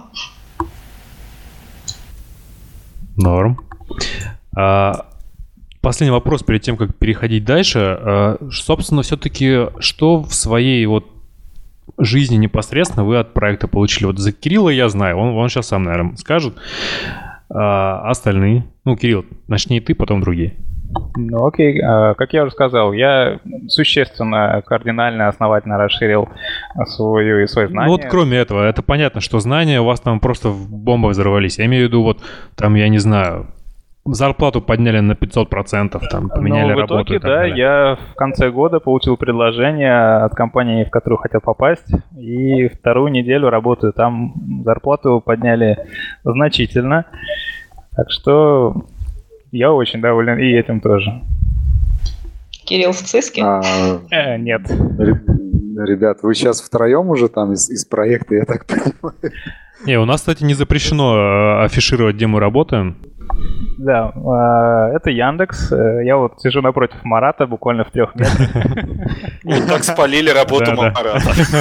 Норм. А, последний вопрос перед тем, как переходить дальше. А, собственно, все-таки что в своей вот жизни непосредственно вы от проекта получили? Вот за Кирилла я знаю, он, он сейчас сам, наверное, скажет. А остальные? Ну, Кирилл, начни ты, потом другие. Ну окей, как я уже сказал, я существенно, кардинально, основательно расширил свою, свои знания. Ну вот кроме этого, это понятно, что знания у вас там просто в бомбы взорвались. Я имею в виду, вот там, я не знаю, зарплату подняли на пятьсот процентов, там, поменяли ну, в работу итоге, и так да, далее. я в конце года получил предложение от компании, в которую хотел попасть, и вторую неделю работаю там. Зарплату подняли значительно, так что я очень доволен и этим тоже. Кирилл в ЦИСКе? А, Э, нет. ребят, вы сейчас втроем уже там из, из проекта, я так понимаю? Не, у нас, кстати, не запрещено э, афишировать, где мы работаем. Да, это Яндекс. Я вот сижу напротив Марата, буквально в трех метрах. Вот так спалили работу Марата.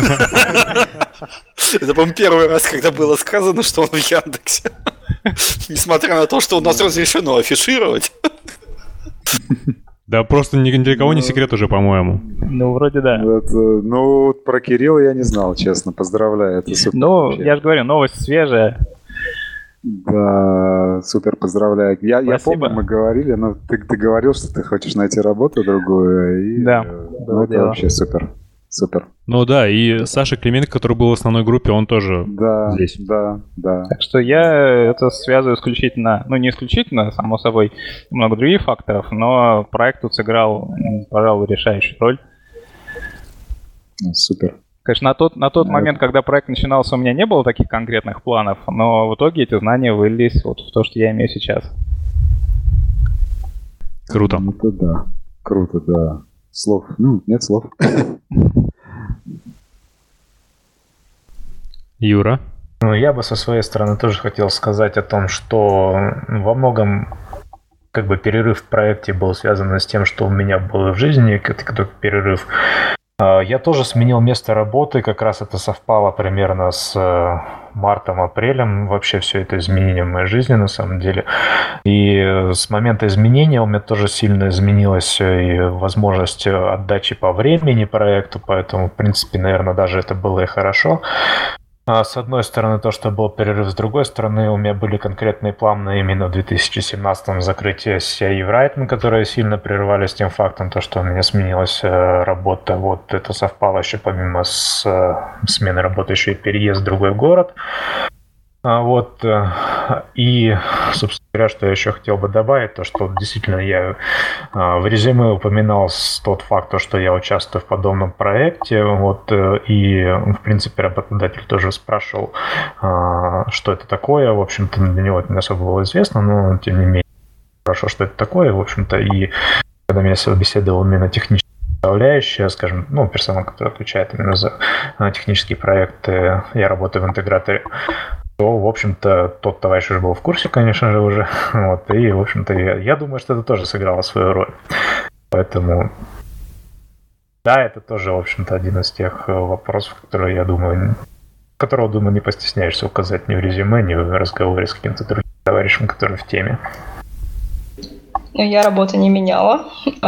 Это, по-моему, первый раз, когда было сказано, что он в Яндексе. Несмотря на то, что у нас разрешено афишировать. Да просто ни для кого не секрет уже, по-моему. Ну, вроде да. Это, ну, про Кирилла я не знал, честно. Поздравляю, это супер. Ну, вообще. Я же говорю, новость свежая. Да, супер, поздравляю. Я, я помню, мы говорили, но ты, ты говорил, что ты хочешь найти работу другую. И, да, ну, это дело. Вообще супер. Супер. Ну да, и Саша Клименко, который был в основной группе, он тоже да, здесь. Да, да. Так что я это связываю исключительно, ну не исключительно, само собой, много других факторов, но проект тут сыграл, пожалуй, решающую роль. Супер. Конечно, на тот, на тот момент, когда проект начинался, у меня не было таких конкретных планов, но в итоге эти знания вылились вот в то, что я имею сейчас. Круто. Ну, это да. Круто, да. Слов. Ну, нет слов. Юра? Ну, я бы со своей стороны тоже хотел сказать о том, что во многом как бы перерыв в проекте был связан с тем, что у меня было в жизни, какой-то перерыв. Я тоже сменил место работы, как раз это совпало примерно с мартом-апрелем, вообще все это изменение в моей жизни на самом деле. И с момента изменения у меня тоже сильно изменилась и возможность отдачи по времени проекту, поэтому, в принципе, наверное, даже это было и хорошо. А с одной стороны, то, что был перерыв, с другой стороны, у меня были конкретные планы именно в две тысячи семнадцатом закрытия сей Еврайтон, которые сильно прерывались тем фактом, то, что у меня сменилась работа. Вот это совпало еще помимо с смены работы еще и переезд в другой город. Вот, и, собственно говоря, что я еще хотел бы добавить, то, что действительно я в резюме упоминал тот факт, что я участвую в подобном проекте, вот, и, в принципе, работодатель тоже спрашивал, что это такое, в общем-то, для него это не особо было известно, но, тем не менее, спрашивал, что это такое, в общем-то, и когда меня собеседовал именно технически, составляющая, скажем, ну, персонал, который отвечает именно за технические проекты, я работаю в интеграторе, то, в общем-то, тот товарищ уже был в курсе, конечно же, уже. Вот, и, в общем-то, я, я думаю, что это тоже сыграло свою роль. Поэтому, да, это тоже, в общем-то, один из тех вопросов, которые, я думаю, которого, думаю, не постесняешься указать ни в резюме, ни в разговоре с каким-то другим товарищем, который в теме. Ну, я работу не меняла.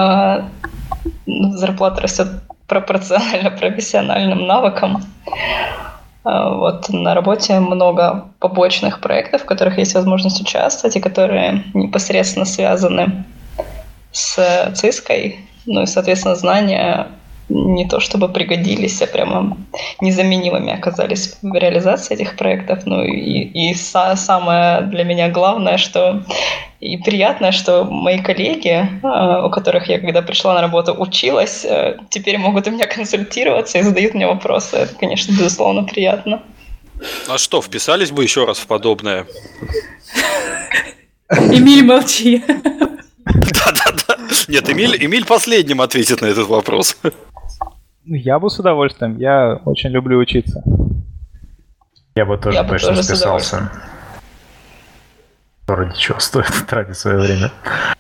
Зарплата растет пропорционально профессиональным навыкам. Вот на работе много побочных проектов, в которых есть возможность участвовать, и которые непосредственно связаны с циской. Ну и, соответственно, знания не то чтобы пригодились, а прямо незаменимыми оказались в реализации этих проектов. Ну и, и са- самое для меня главное, что и приятное, что мои коллеги, у которых я, когда пришла на работу, училась, теперь могут у меня консультироваться и задают мне вопросы. Это, конечно, безусловно, приятно. А что, вписались бы еще раз в подобное? Эмиль, молчи. Да-да-да. Нет, Эмиль, Эмиль последним ответит на этот вопрос. Я бы с удовольствием. Я очень люблю учиться. Я бы тоже Я бы точно тоже списался. Ради чего стоит тратить свое время.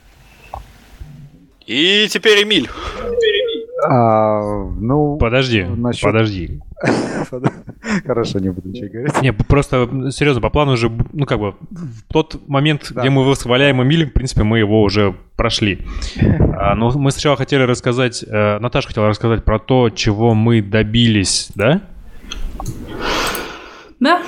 И теперь Эмиль. А, ну, Подожди, насчет... подожди. Хорошо, не буду ничего говорить. Не, просто, серьезно, по плану уже, ну, как бы, в тот момент, Да. где мы восхваляем Эмиля, в принципе, мы его уже прошли. А, но мы сначала хотели рассказать, э, Наташа хотела рассказать про то, чего мы добились, да? Да?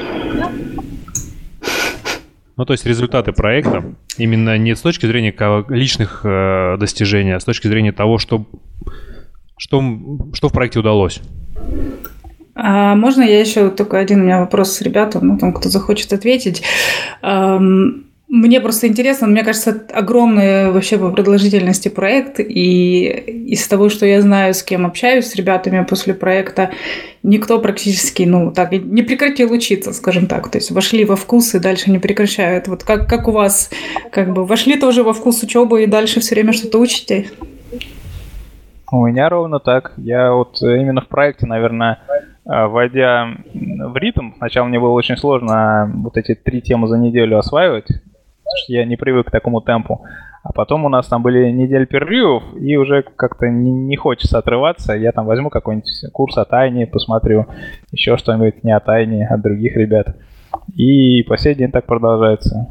Ну, то есть результаты проекта, именно не с точки зрения ко- личных э, достижений, а с точки зрения того, что, что, что в проекте удалось. А можно я еще только один у меня вопрос с ребятам, ну там кто захочет ответить. Ам, Мне просто интересно, мне кажется, огромный вообще по продолжительности проект, и из того, что я знаю, с кем общаюсь, с ребятами после проекта, никто практически, ну, так и не прекратил учиться, скажем так. То есть вошли во вкус и дальше не прекращают. Вот как, как у вас, как бы, вошли тоже во вкус учебы и дальше все время что-то учите? У меня ровно так. Я вот именно в проекте, наверное, войдя в ритм, сначала мне было очень сложно вот эти три темы за неделю осваивать. потому что я не привык к такому темпу. А потом у нас там были недели перерывов, и уже как-то не, не хочется отрываться. Я там возьму какой-нибудь курс от Айни, посмотрю еще что-нибудь не от Айни, от других ребят. И по сей день так продолжается.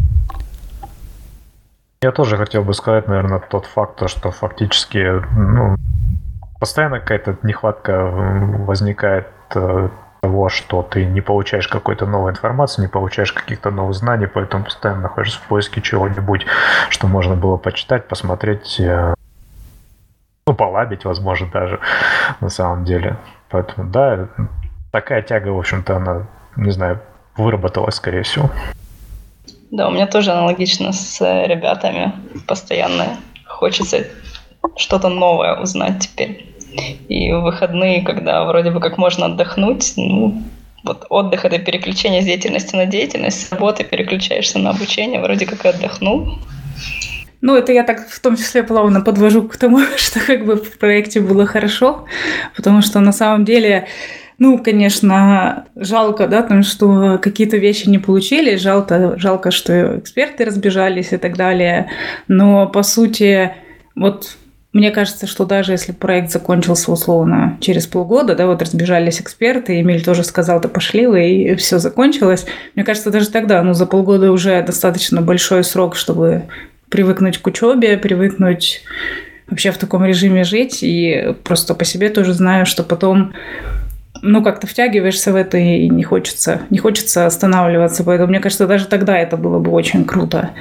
Я тоже хотел бы сказать, наверное, тот факт, что фактически ну, постоянно какая-то нехватка возникает того, что ты не получаешь какой-то новой информации, не получаешь каких-то новых знаний, поэтому постоянно находишься в поиске чего-нибудь, что можно было почитать, посмотреть, ну, полабить, возможно, даже, на самом деле. Поэтому, да, такая тяга, в общем-то, она, не знаю, выработалась, скорее всего. Да, у меня тоже аналогично с ребятами. Постоянно хочется что-то новое узнать теперь. И в выходные, когда вроде бы как можно отдохнуть, ну, вот отдых — это переключение с деятельности на деятельность, с работы переключаешься на обучение, вроде как и отдохнул. Ну, это я так в том числе плавно подвожу к тому, что как бы в проекте было хорошо, потому что на самом деле, ну, конечно, жалко, да, там, что какие-то вещи не получились, жалко, жалко, что эксперты разбежались и так далее, но по сути, вот мне кажется, что даже если проект закончился условно через полгода, да, вот разбежались эксперты, Эмиль тоже сказал, да пошли вы, и все закончилось. Мне кажется, даже тогда, ну, за полгода уже достаточно большой срок, чтобы привыкнуть к учебе, привыкнуть вообще в таком режиме жить, и просто по себе тоже знаю, что потом, ну, как-то втягиваешься в это, и не хочется, не хочется останавливаться, поэтому мне кажется, даже тогда это было бы очень круто.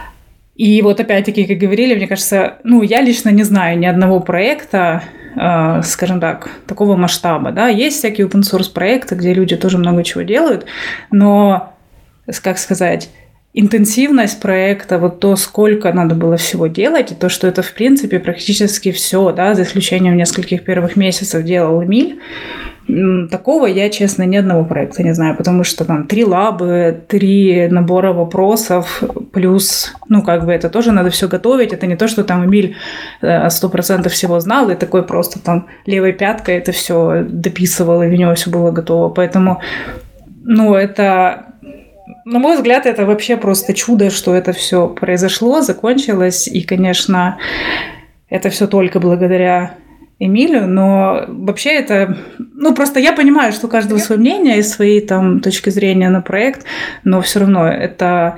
И вот опять-таки, как говорили, мне кажется, ну, я лично не знаю ни одного проекта, э, скажем так, такого масштаба, да, есть всякие open-source проекты, где люди тоже много чего делают, но, как сказать, интенсивность проекта, вот то, сколько надо было всего делать, и то, что это, в принципе, практически все, да, за исключением нескольких первых месяцев делал Эмиль, такого я, честно, ни одного проекта не знаю, потому что там три лабы, три набора вопросов, плюс, ну, как бы это тоже надо все готовить, это не то, что там Эмиль сто процентов всего знал, и такой просто там левой пяткой это все дописывал, и у него все было готово, поэтому, ну, это... На мой взгляд, это вообще просто чудо, что это все произошло, закончилось, и, конечно, это все только благодаря Эмилю, но вообще это... Ну, просто я понимаю, что у каждого свое мнение и свои там точки зрения на проект, но все равно это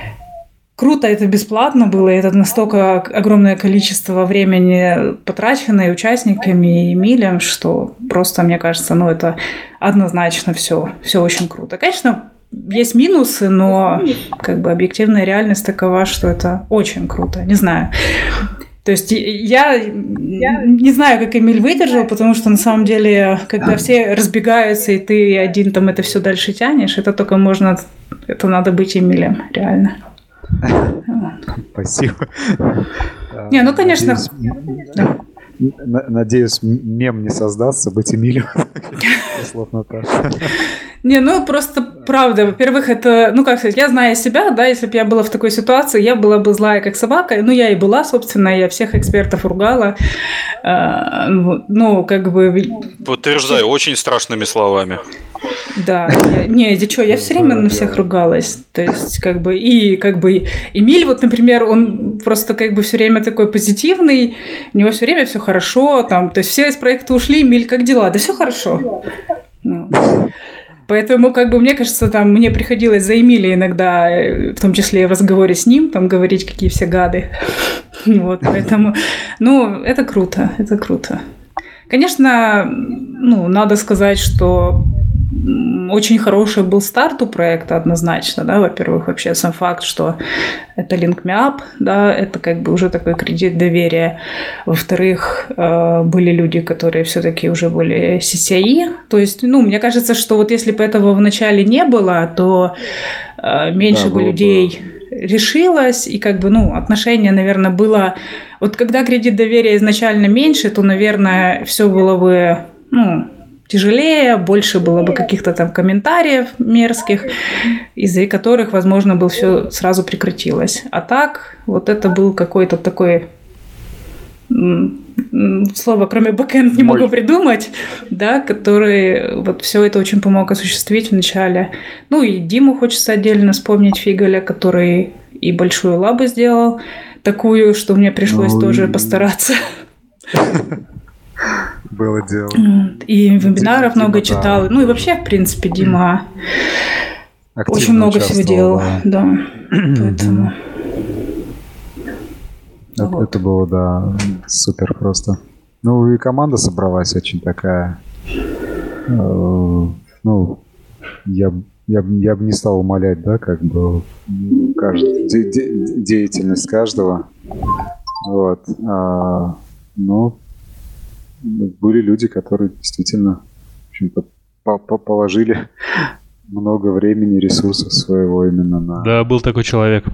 круто, это бесплатно было, и это настолько огромное количество времени потрачено и участниками, и Эмилем, что просто, мне кажется, ну, это однозначно все, все очень круто. Конечно, есть минусы, но как бы объективная реальность такова, что это очень круто. Не знаю. То есть я не знаю, как Эмиль выдержал, потому что на самом деле, когда все разбегаются, и ты один там это все дальше тянешь, это только можно... Это надо быть Эмилем, реально. Спасибо. Не, ну, конечно... Надеюсь, мем не создастся, быть Эмилем. Слов Наташи. Не, ну просто правда. Во-первых, это, ну как сказать, я знаю себя, да, если бы я была в такой ситуации, я была бы злая, как собака. Ну, я и была, собственно, я всех экспертов ругала. А, ну, как бы... Подтверждаю, очень страшными словами. Да, я, не, ты что, я все время на всех ругалась. То есть, как бы, и как бы Эмиль, вот, например, он просто как бы все время такой позитивный, у него все время все хорошо, там, то есть все из проекта ушли, Эмиль, как дела? Да все хорошо. Ну. Поэтому, как бы, мне кажется, там, мне приходилось за Эмиля иногда, в том числе в разговоре с ним, там, говорить, какие все гады. Вот, поэтому, ну, это круто, это круто. Конечно, ну, надо сказать, что очень хороший был старт у проекта однозначно, да, во-первых, вообще сам факт, что это LinkMeUp, да, это как бы уже такой кредит доверия. Во-вторых, были люди, которые все-таки уже были си си ай, то есть, ну, мне кажется, что вот если бы этого вначале не было, то меньше да, бы людей бы... решилось, и как бы, ну, отношение, наверное, было... Вот когда кредит доверия изначально меньше, то, наверное, все было бы, ну, тяжелее, больше было бы каких-то там комментариев мерзких, из-за которых, возможно, бы все сразу прекратилось. А так, вот это был какой-то такой... Слово, кроме бэкэнд, не Мой. могу придумать, да, который вот все это очень помог осуществить в начале. Ну и Диму хочется отдельно вспомнить, Фигаля, который и большую лабу сделал, такую, что мне пришлось ну, тоже и... постараться. Было дело. И вебинаров много читал. Ну и вообще, в принципе, Дима очень много всего делал. Да, поэтому... Это, вот. это было, да, супер просто. Ну и команда собралась очень такая. Э, ну, я, я, я бы не стал умалять, да, как бы каждый, де, де, деятельность каждого. Вот. А, но были люди, которые действительно, в общем-то, по- по- положили много времени, ресурсов своего именно на... Да, был такой человек.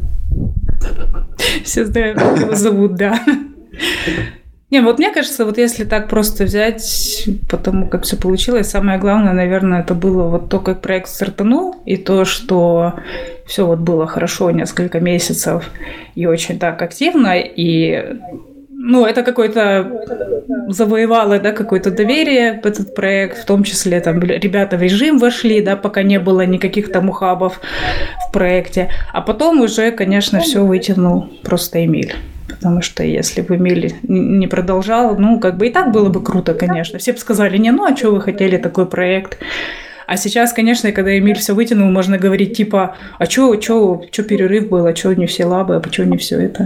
Все знают, как его зовут, да. Не, вот мне кажется, вот если так просто взять, потому как все получилось, самое главное, наверное, это было вот то, как проект стартанул, и то, что все вот было хорошо несколько месяцев и очень так активно, и ну, это какое-то завоевало, да, какое-то доверие в этот проект, в том числе там ребята в режим вошли, да, пока не было никаких там ухабов в проекте. А потом уже, конечно, все вытянул просто Эмиль. Потому что если бы Эмиль не продолжал, ну, как бы и так было бы круто, конечно. Все бы сказали, не, ну, а что вы хотели такой проект? А сейчас, конечно, когда Эмиль все вытянул, можно говорить типа, а что перерыв был, а что не все лабы, а почему не все это?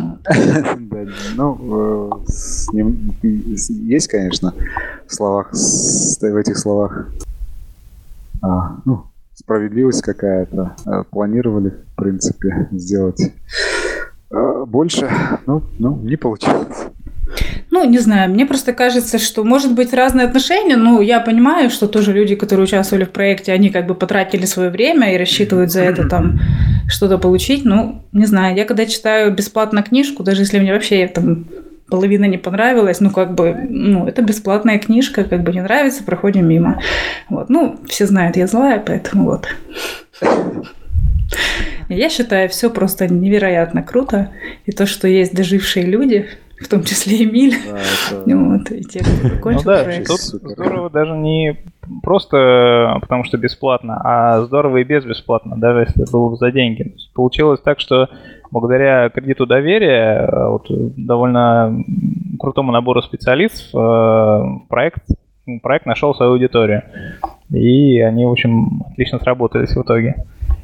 Ну, с ним есть, конечно, в словах, в этих словах ну, справедливость какая-то. Планировали, в принципе, сделать больше, но не получилось. Ну, не знаю, мне просто кажется, что может быть разные отношения, но я понимаю, что тоже люди, которые участвовали в проекте, они как бы потратили свое время и рассчитывают за это там что-то получить. Ну, не знаю, я когда читаю бесплатно книжку, даже если мне вообще там половина не понравилась, ну, как бы, ну, это бесплатная книжка, как бы не нравится, проходим мимо. Вот, ну, все знают, я злая, поэтому вот. Я считаю, все просто невероятно круто, и то, что есть дожившие люди, в том числе Эмиль, да, это... вот, и те, кто закончил ну, да, проект. Тут здорово даже не просто потому, что бесплатно, а здорово и без бесплатно, даже если это было бы за деньги. Получилось так, что благодаря кредиту доверия, вот, довольно крутому набору специалистов, проект, проект нашел свою аудиторию. И они, в общем, отлично сработались в итоге.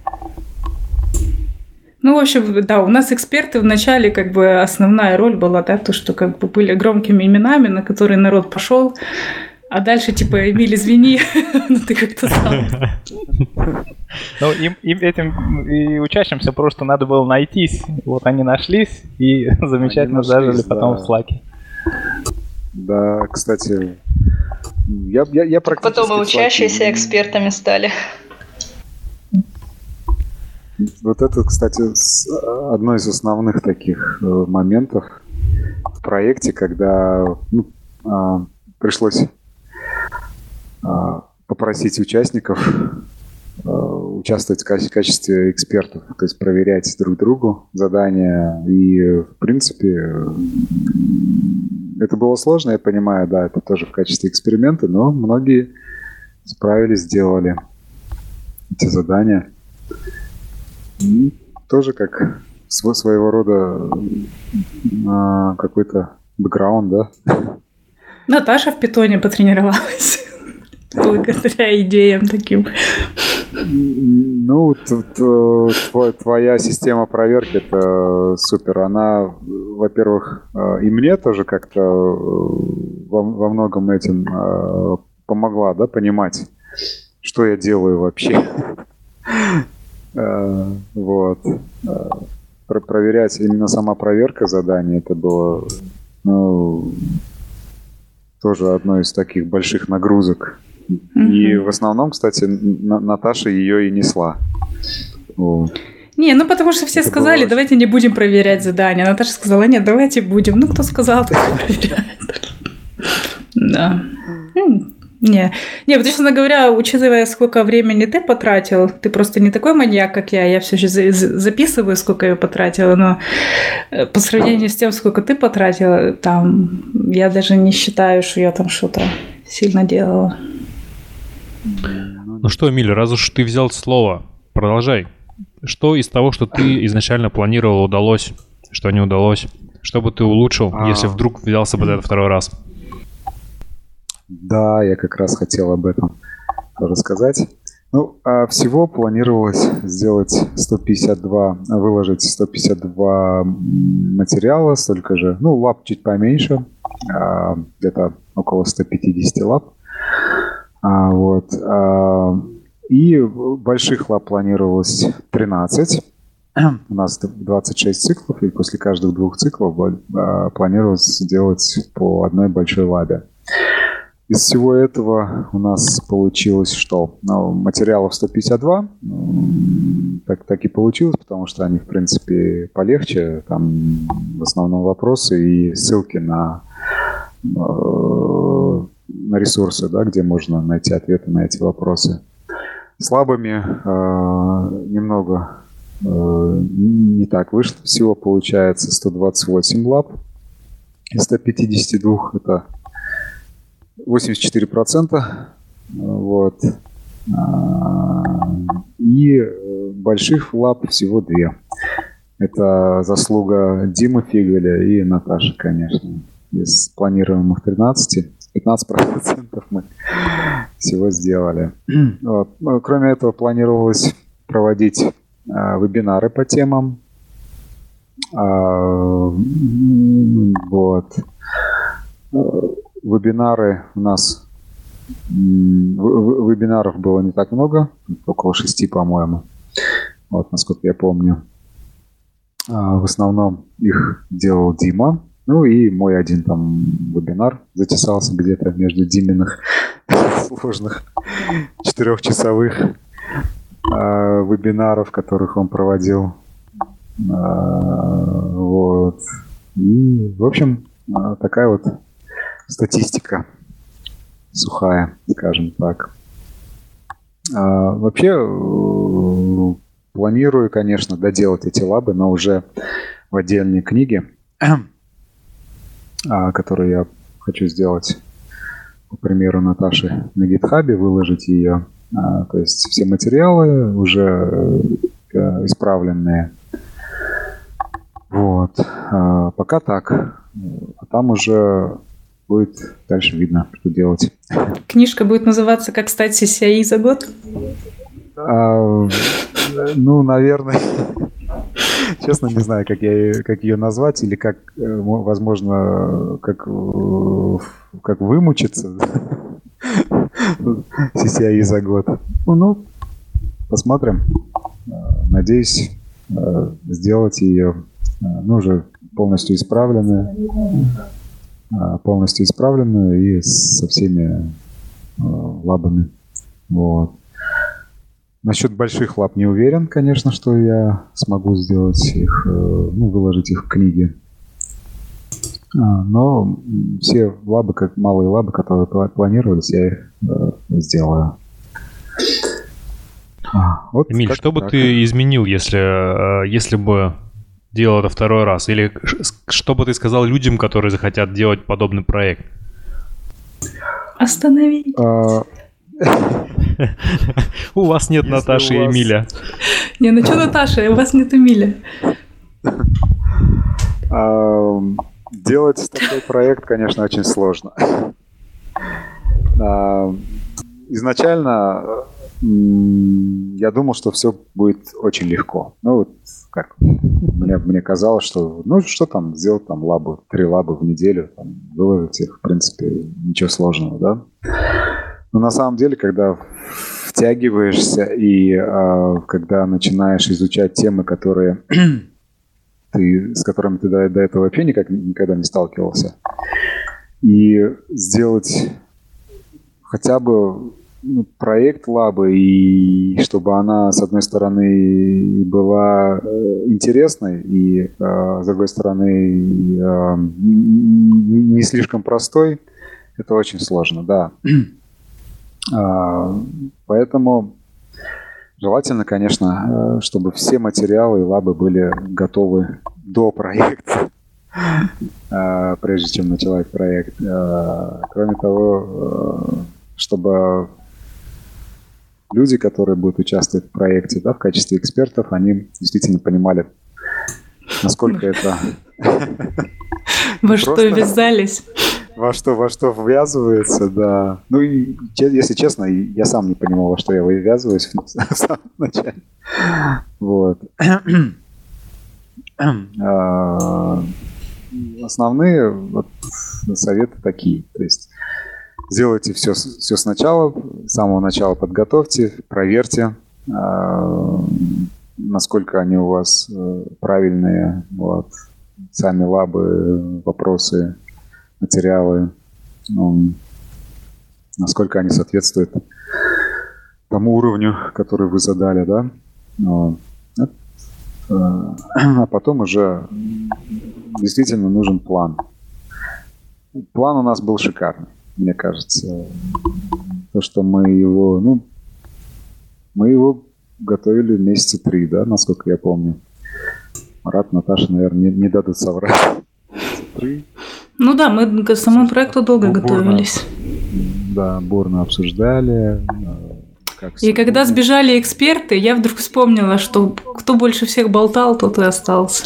Ну, в общем, да, у нас эксперты вначале, как бы, основная роль была, да, то, что, как бы, были громкими именами, на которые народ пошел, а дальше, типа, Эмиль, извини, ну, ты как-то сам. Ну, им, им этим и учащимся просто надо было найтись. Вот они нашлись и замечательно зажили потом в Slack'е. Да, кстати, я, я, я практически... Потом и учащиеся экспертами стали. Вот это, кстати, одно из основных таких моментов в проекте, когда ну, а, пришлось а, попросить участников а, участвовать в качестве экспертов, то есть проверять друг другу задания. И, в принципе, это было сложно, я понимаю, да, это тоже в качестве эксперимента, но многие справились, сделали эти задания. И тоже как своего рода а, какой-то бэкграунд, да? Наташа в питоне потренировалась благодаря идеям таким. Ну, тут твоя система проверки — это супер. Она, во-первых, и мне тоже как-то во, во многом этим помогла, да, понимать, что я делаю вообще. Uh, вот. Uh, про- проверять именно сама проверка заданий, это было, ну, тоже одной из таких больших нагрузок. Mm-hmm. И в основном, кстати, Н- Наташа ее и несла. Вот. Не, ну потому что все это сказали, было... давайте не будем проверять задания. Наташа сказала, нет, давайте будем. Ну, кто сказал, кто проверяет. Да. Не, не, потому что, честно говоря, учитывая, сколько времени ты потратил, ты просто не такой маньяк, как я, я все еще записываю, сколько я потратила, но по сравнению с тем, сколько ты потратила, там, я даже не считаю, что я там что-то сильно делала. Ну что, Эмиль, раз уж ты взял слово, продолжай. что из того, что ты изначально планировал, удалось, что не удалось? Что бы ты улучшил, а... если вдруг взялся бы за это второй раз? Да, я как раз хотел об этом рассказать. Ну, а всего планировалось сделать сто пятьдесят два, выложить сто пятьдесят два материала, столько же, ну, лаб чуть поменьше, где-то около сто пятьдесят лаб. Вот. И больших лаб планировалось тринадцать. У нас двадцать шесть циклов, и после каждых двух циклов планировалось сделать по одной большой лабе. Из всего этого у нас получилось что? Ну, материалов сто пятьдесят два. Так, так и получилось, потому что они, в принципе, полегче. Там в основном вопросы и ссылки на, на ресурсы, да, где можно найти ответы на эти вопросы. Слабыми э, немного э, не так вышло. Всего получается сто двадцать восемь лаб. Из ста пятидесяти двух это восемьдесят четыре процента. Вот. И больших лап всего две. Это заслуга Димы Фигаля и Наташи, конечно. Из планируемых тринадцати, пятнадцать процентов мы всего сделали. Вот. Кроме этого, планировалось проводить а, вебинары по темам. А, вот. Вебинары у нас... Вебинаров было не так много, около шести, по-моему. Вот, насколько я помню. А, в основном их делал Дима. Ну и мой один там вебинар затесался где-то между Диминых сложных четырехчасовых а, вебинаров, которых он проводил. А, вот. И, в общем, а, такая вот статистика сухая, скажем так. А, вообще, э, планирую, конечно, доделать эти лабы, но уже в отдельной книге, а, которую я хочу сделать, по примеру Наташи, на гитхабе, выложить ее. А, то есть все материалы уже э, исправленные. Вот. А, пока так. А там уже будет дальше видно, что делать. Книжка будет называться «Как стать си си ай за год»? А, ну, наверное. Честно, не знаю, как, я, как ее назвать, или как, возможно, как, как вымучиться. си си ай за год. Ну, ну, посмотрим. Надеюсь, сделать ее, ну, уже полностью исправленную. полностью исправленную и со всеми э, лабами. Вот. Насчет больших лаб не уверен, конечно, что я смогу сделать их, э, ну, выложить их в книге. А, но все лабы, как малые лабы, которые планировались, я их э, сделаю. А, вот Эмиль, что бы так. ты изменил, если, если бы делал это второй раз? Или что бы ты сказал людям, которые захотят делать подобный проект? Остановить. А... У вас нет Наташи и Эмиля. Не, ну что Наташа, у вас нет Эмиля. Делать такой проект, конечно, очень сложно. Изначально я думал, что все будет очень легко. Ну, вот как мне, мне казалось, что ну что там, сделать там лабу, три лабы в неделю, там, выложить их, в принципе, ничего сложного, да. Но на самом деле, когда втягиваешься и а, когда начинаешь изучать темы, которые ты, с которыми ты до, до этого вообще никак, никогда не сталкивался, и сделать хотя бы ну, проект лабы, и чтобы она, с одной стороны, была интересной, и, с другой стороны, не слишком простой, это очень сложно, да. Поэтому желательно, конечно, чтобы все материалы и лабы были готовы до проекта, прежде чем начинать проект. Кроме того, чтобы люди, которые будут участвовать в проекте, да, в качестве экспертов, они действительно понимали, насколько это... Во что ввязались. Во что, во что ввязывается, да. Ну, и, если честно, я сам не понимал, во что я ввязываюсь в самом начале. Вот. Основные вот советы такие. То есть сделайте все, все сначала, с самого начала подготовьте, проверьте, насколько они у вас правильные, вот, сами лабы, вопросы, материалы, ну, насколько они соответствуют тому уровню, который вы задали, да. Ну, а потом уже действительно нужен план. План у нас был шикарный, мне кажется. То, что мы его, ну, мы его готовили месяца три, да, насколько я помню. Марат, Наташа, наверное, не, не дадут соврать. Три. Ну да, мы к самому проекту долго бурно, готовились. Да, бурно обсуждали. Как и когда будет. Сбежали эксперты, я вдруг вспомнила, что кто больше всех болтал, тот и остался.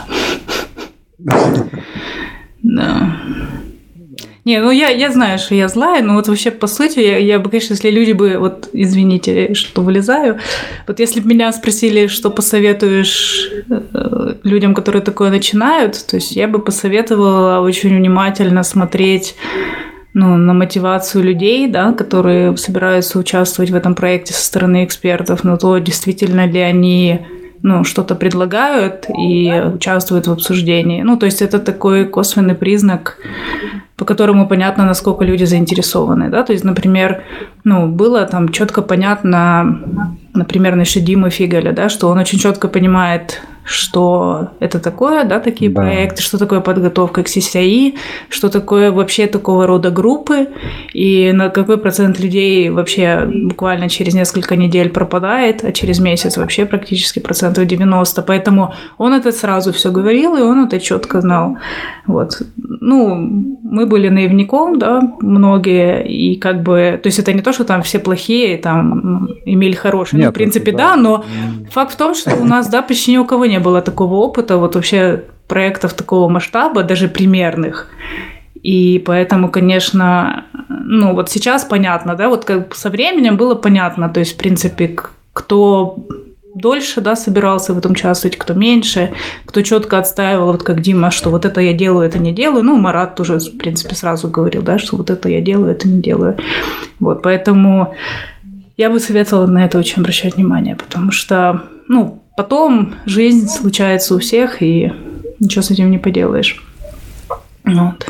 Да. Не, ну я, я знаю, что я злая, но вот вообще по сути, я, я бы, конечно, если люди бы, вот извините, что вылезаю, вот если бы меня спросили, что посоветуешь людям, которые такое начинают, то есть я бы посоветовала очень внимательно смотреть, ну, на мотивацию людей, да, которые собираются участвовать в этом проекте со стороны экспертов, на то, действительно ли они, ну, что-то предлагают и участвуют в обсуждении. Ну, то есть это такой косвенный признак, по которому понятно, насколько люди заинтересованы, да, то есть, например, ну, было там четко понятно, например, насчет Димы Фигаля, да, что он очень четко понимает, что это такое, да, такие да. проекты, что такое подготовка к си си ай, что такое вообще такого рода группы, и на какой процент людей вообще буквально через несколько недель пропадает, а через месяц вообще практически процентов девяносто, поэтому он это сразу все говорил, и он это четко знал, вот. Ну, мы были наивником, да, многие, и как бы, то есть это не то, что там все плохие, там, Эмиль хороший, Нет, ну, в принципе, да, да, но факт в том, что у нас, да, почти ни у кого не было такого опыта, вот вообще проектов такого масштаба, даже примерных. И поэтому, конечно, ну вот сейчас понятно, да, вот как со временем было понятно, то есть, в принципе, кто дольше, да, собирался в этом участвовать, кто меньше, кто четко отстаивал, вот как Дима, что вот это я делаю, это не делаю. Ну, Марат тоже, в принципе, сразу говорил, да, что вот это я делаю, это не делаю. Вот, поэтому я бы советовала на это очень обращать внимание, потому что, ну, потом жизнь случается у всех, и ничего с этим не поделаешь. Вот.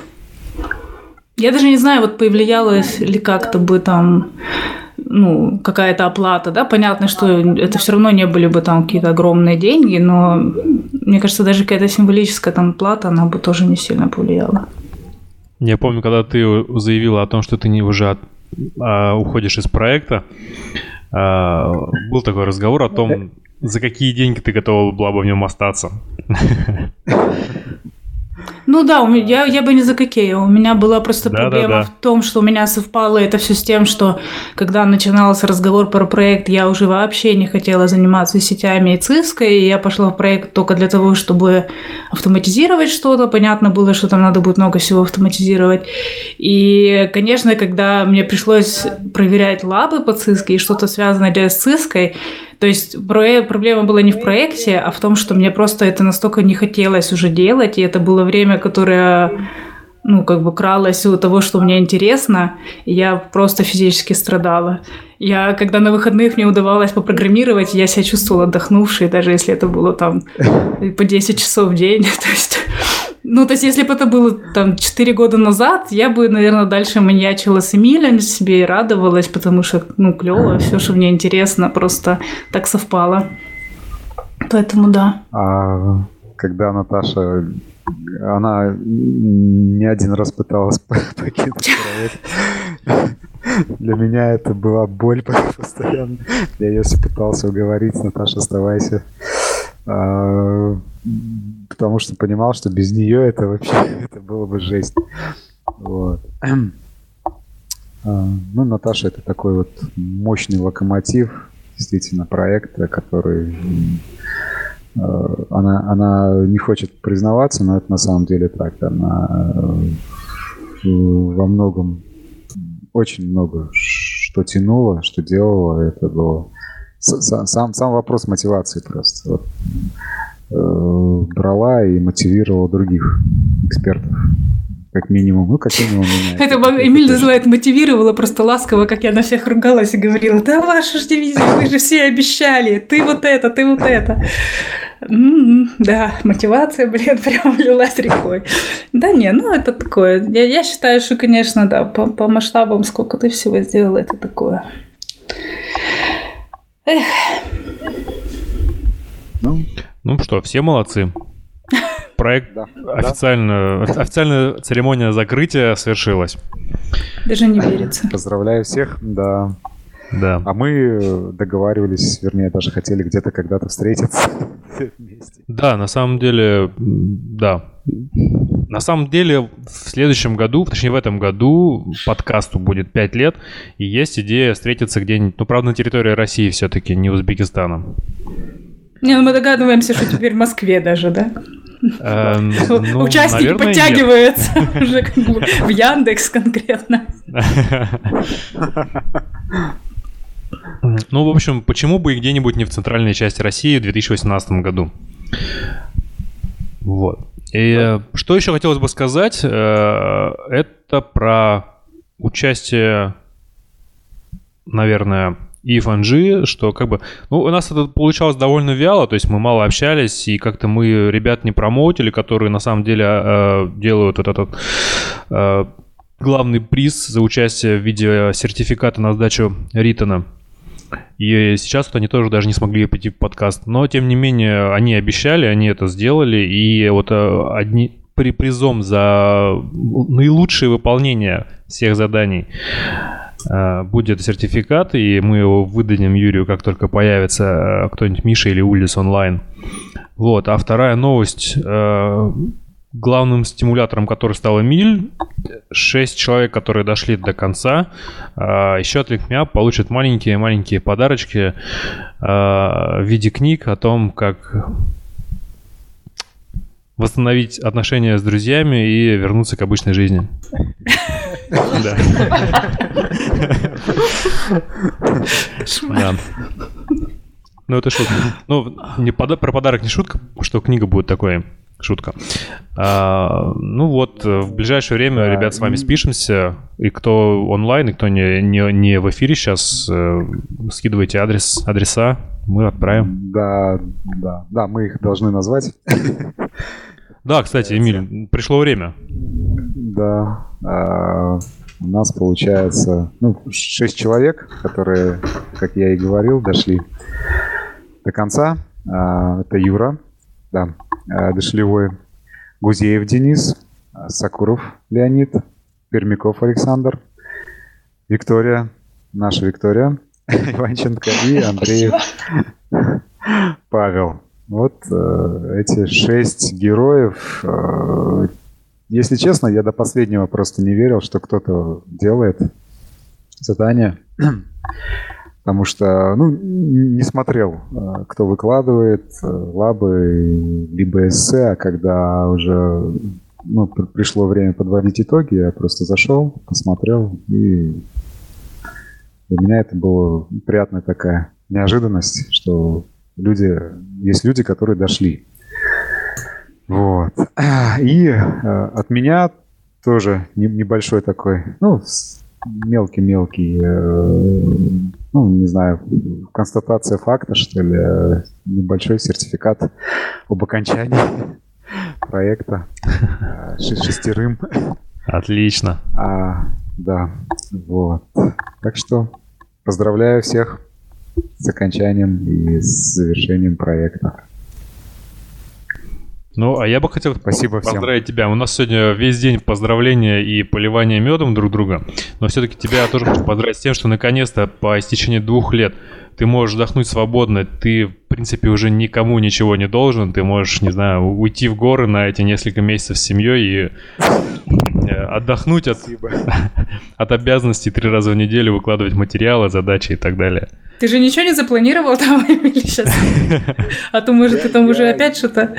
Я даже не знаю, вот повлиялось ли как-то бы там, ну, какая-то оплата, да, понятно, что это все равно не были бы там какие-то огромные деньги, но мне кажется, даже какая-то символическая там плата, она бы тоже не сильно повлияла. Я помню, когда ты заявила о том, что ты не уже от, а, уходишь из проекта, а, был такой разговор о том, за какие деньги ты готова была бы в нем остаться. Ну да, у меня, я, я бы не за какие. У меня была просто да, проблема да, да. в том, что у меня совпало это все с тем, что когда начинался разговор про проект, я уже вообще не хотела заниматься сетями и циской, и я пошла в проект только для того, чтобы автоматизировать что-то. Понятно было, что там надо будет много всего автоматизировать. И, конечно, когда мне пришлось проверять лабы по циске и что-то связанное с циской, то есть проблема была не в проекте, а в том, что мне просто это настолько не хотелось уже делать, и это было время, которое, ну, как бы кралось у того, что мне интересно, и я просто физически страдала. Я, когда на выходных мне удавалось попрограммировать, я себя чувствовала отдохнувшей, даже если это было там по десять часов в день, то есть... Ну, то есть, если бы это было там четыре года назад, я бы, наверное, дальше маньячила с Эмилем себе и радовалась, потому что, ну, клево, все, что мне интересно, просто так совпало. Поэтому да. А когда Наташа, она не один раз пыталась покинуть проект. Для меня это была боль постоянно. Я ее все пытался уговорить: Наташа, оставайся. Потому что понимал, что без нее это вообще это было бы жесть. Вот. Ну, Наташа — это такой вот мощный локомотив, действительно проект, который э, она, она не хочет признаваться, но это на самом деле так. Она э, во многом, очень много что тянула, что делала. Это было сам, сам вопрос мотивации просто. Вот, э, брала и мотивировала других экспертов. Как минимум, ну, как минимум меня. Это Эмиль называет мотивировала просто ласково, как я на всех ругалась и говорила: да ваша ж дивизия, вы же все обещали, ты вот это, ты вот это. М-м, да, мотивация, блин, прям лилась рекой. Да не, ну это такое. Я, я считаю, что, конечно, да, по, по масштабам, сколько ты всего сделала, это такое. Эх. Ну, ну что, все молодцы. Проект да, официально, да. Официальная церемония закрытия свершилась. Даже не верится. Поздравляю всех, да. Да. А мы договаривались, вернее, даже хотели где-то когда-то встретиться вместе. Да, на самом деле, да. На самом деле, в следующем году, точнее в этом году, подкасту будет пять лет, и есть идея встретиться где-нибудь, ну, правда, на территории России все-таки, не Узбекистана. Не, ну мы догадываемся, что теперь в Москве даже, да? Эм, ну, участники наверное, подтягиваются уже как бы в Яндекс конкретно. Ну, в общем, почему бы и где-нибудь не в центральной части России в две тысячи восемнадцатом году? Вот. И что еще хотелось бы сказать, это про участие, наверное, и эф эн джи, что как бы... Ну, у нас это получалось довольно вяло, то есть мы мало общались, и как-то мы ребят не промоутили, которые на самом деле э, делают вот этот э, главный приз за участие в виде сертификата на сдачу Ритона. И сейчас вот они тоже даже не смогли прийти в подкаст. Но, тем не менее, они обещали, они это сделали, и вот э, одни... при призом за наилучшее выполнение всех заданий будет сертификат, и мы его выдадим Юрию, как только появится кто-нибудь, Миша или Улис онлайн. Вот. А вторая новость. Главным стимулятором, который стал Эмиль, шесть человек, которые дошли до конца, еще от LinkMeUp получат маленькие-маленькие подарочки в виде книг о том, как восстановить отношения с друзьями и вернуться к обычной жизни. Да. Ну, это шутка. Ну, не пода- про подарок не шутка, что книга будет такой. Шутка. А, ну вот, в ближайшее время, да, ребят, с вами спишемся. И кто онлайн, и кто не, не, не в эфире сейчас, э, скидывайте адрес, адреса, мы отправим. Да, да, да, мы их должны назвать. Да, кстати, Эмиль, пришло время. Да. А, у нас получается, ну, шесть человек, которые, как я и говорил, дошли до конца. А, это Юра, да, Дышлевой, Гузеев Денис, Сакуров Леонид, Пермяков Александр, Виктория, наша Виктория Иванченко и Андреев Павел. Вот э, эти шесть героев. Э, если честно, я до последнего просто не верил, что кто-то делает задание. Потому что, ну, не смотрел, кто выкладывает лабы, либо эссе, а когда уже, ну, пришло время подводить итоги, я просто зашел, посмотрел, и для меня это была приятная такая неожиданность, что люди, есть люди, которые дошли. Вот. И от меня тоже небольшой такой, ну, мелкий-мелкий, ну, не знаю, констатация факта, что ли, небольшой сертификат об окончании проекта шестерым. Отлично. А, да, вот. Так что поздравляю всех с окончанием и с завершением проекта. Ну, а я бы хотел Спасибо поздравить всем. тебя. У нас сегодня весь день поздравления и поливания медом друг друга. Но все-таки тебя тоже хочу поздравить с тем, что наконец-то по истечении двух лет ты можешь вздохнуть свободно, ты, в принципе, уже никому ничего не должен, ты можешь, не знаю, уйти в горы на эти несколько месяцев с семьей и отдохнуть от, от обязанностей три раза в неделю, выкладывать материалы, задачи и так далее. Ты же ничего не запланировал там или сейчас? А то, может, ты там уже опять что-то...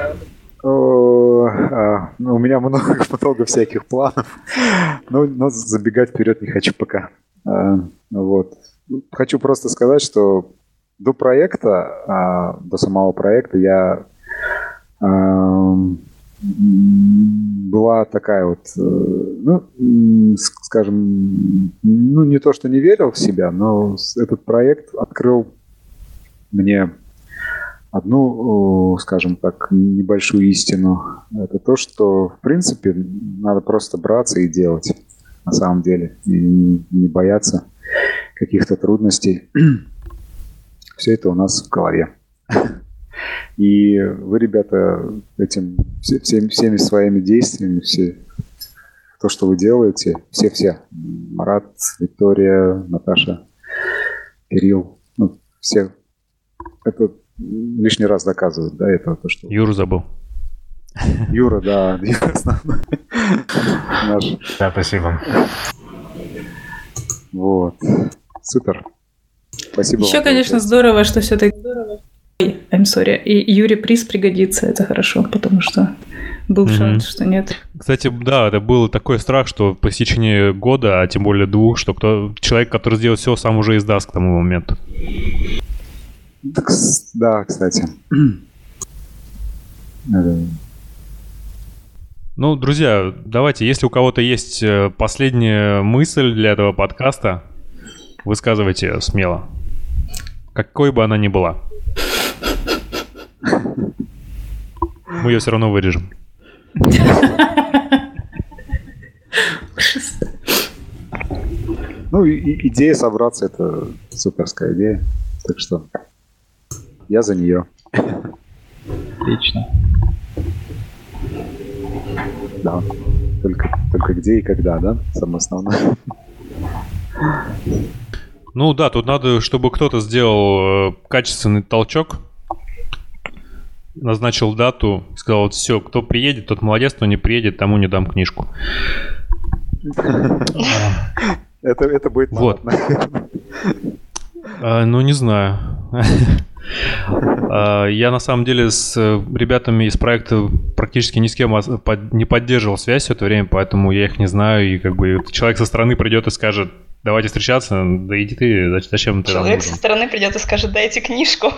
У меня много, много всяких планов, но, но забегать вперед не хочу пока. Вот. Хочу просто сказать, что до проекта, до самого проекта я была такая вот, ну, скажем, ну не то, что не верил в себя, но этот проект открыл мне одну, скажем так, небольшую истину. Это то, что, в принципе, надо просто браться и делать, на самом деле, и не бояться каких-то трудностей. Все это у нас в голове. И вы, ребята, этим, всеми, всеми своими действиями, все, то, что вы делаете, все-все, Марат, Виктория, Наташа, Кирилл, ну, все, это лишний раз доказывают, да, это то, что... Юру забыл. Юра, да, Юра основной. Наш. Да, спасибо. Вот, супер. Спасибо. Еще, конечно, здорово, что все-таки... Ой, I'm sorry. И Юре приз пригодится, это хорошо, потому что был mm-hmm. шанс, что нет. Кстати, да, это был такой страх, что по истечении года, а тем более двух, что кто человек, который сделает все, сам уже издаст к тому моменту. Да, кстати. Ну, друзья, давайте, если у кого-то есть последняя мысль для этого подкаста, высказывайте смело. Какой бы она ни была. Мы ее все равно вырежем. Ну, и, идея собраться — это суперская идея. Так что я за нее. Отлично. Да. Только, только где и когда, да? Самое основное. Ну да, тут надо, чтобы кто-то сделал э, качественный толчок, назначил дату, сказал, вот все, кто приедет, тот молодец, кто не приедет, тому не дам книжку. Это, это будет вот. А, ну, не знаю. Я на самом деле с ребятами из проекта практически ни с кем не поддерживал связь все это время, поэтому я их не знаю. И как бы человек со стороны придет и скажет: давайте встречаться, да иди ты, зачем ты? Человек со стороны придет и скажет: дайте книжку.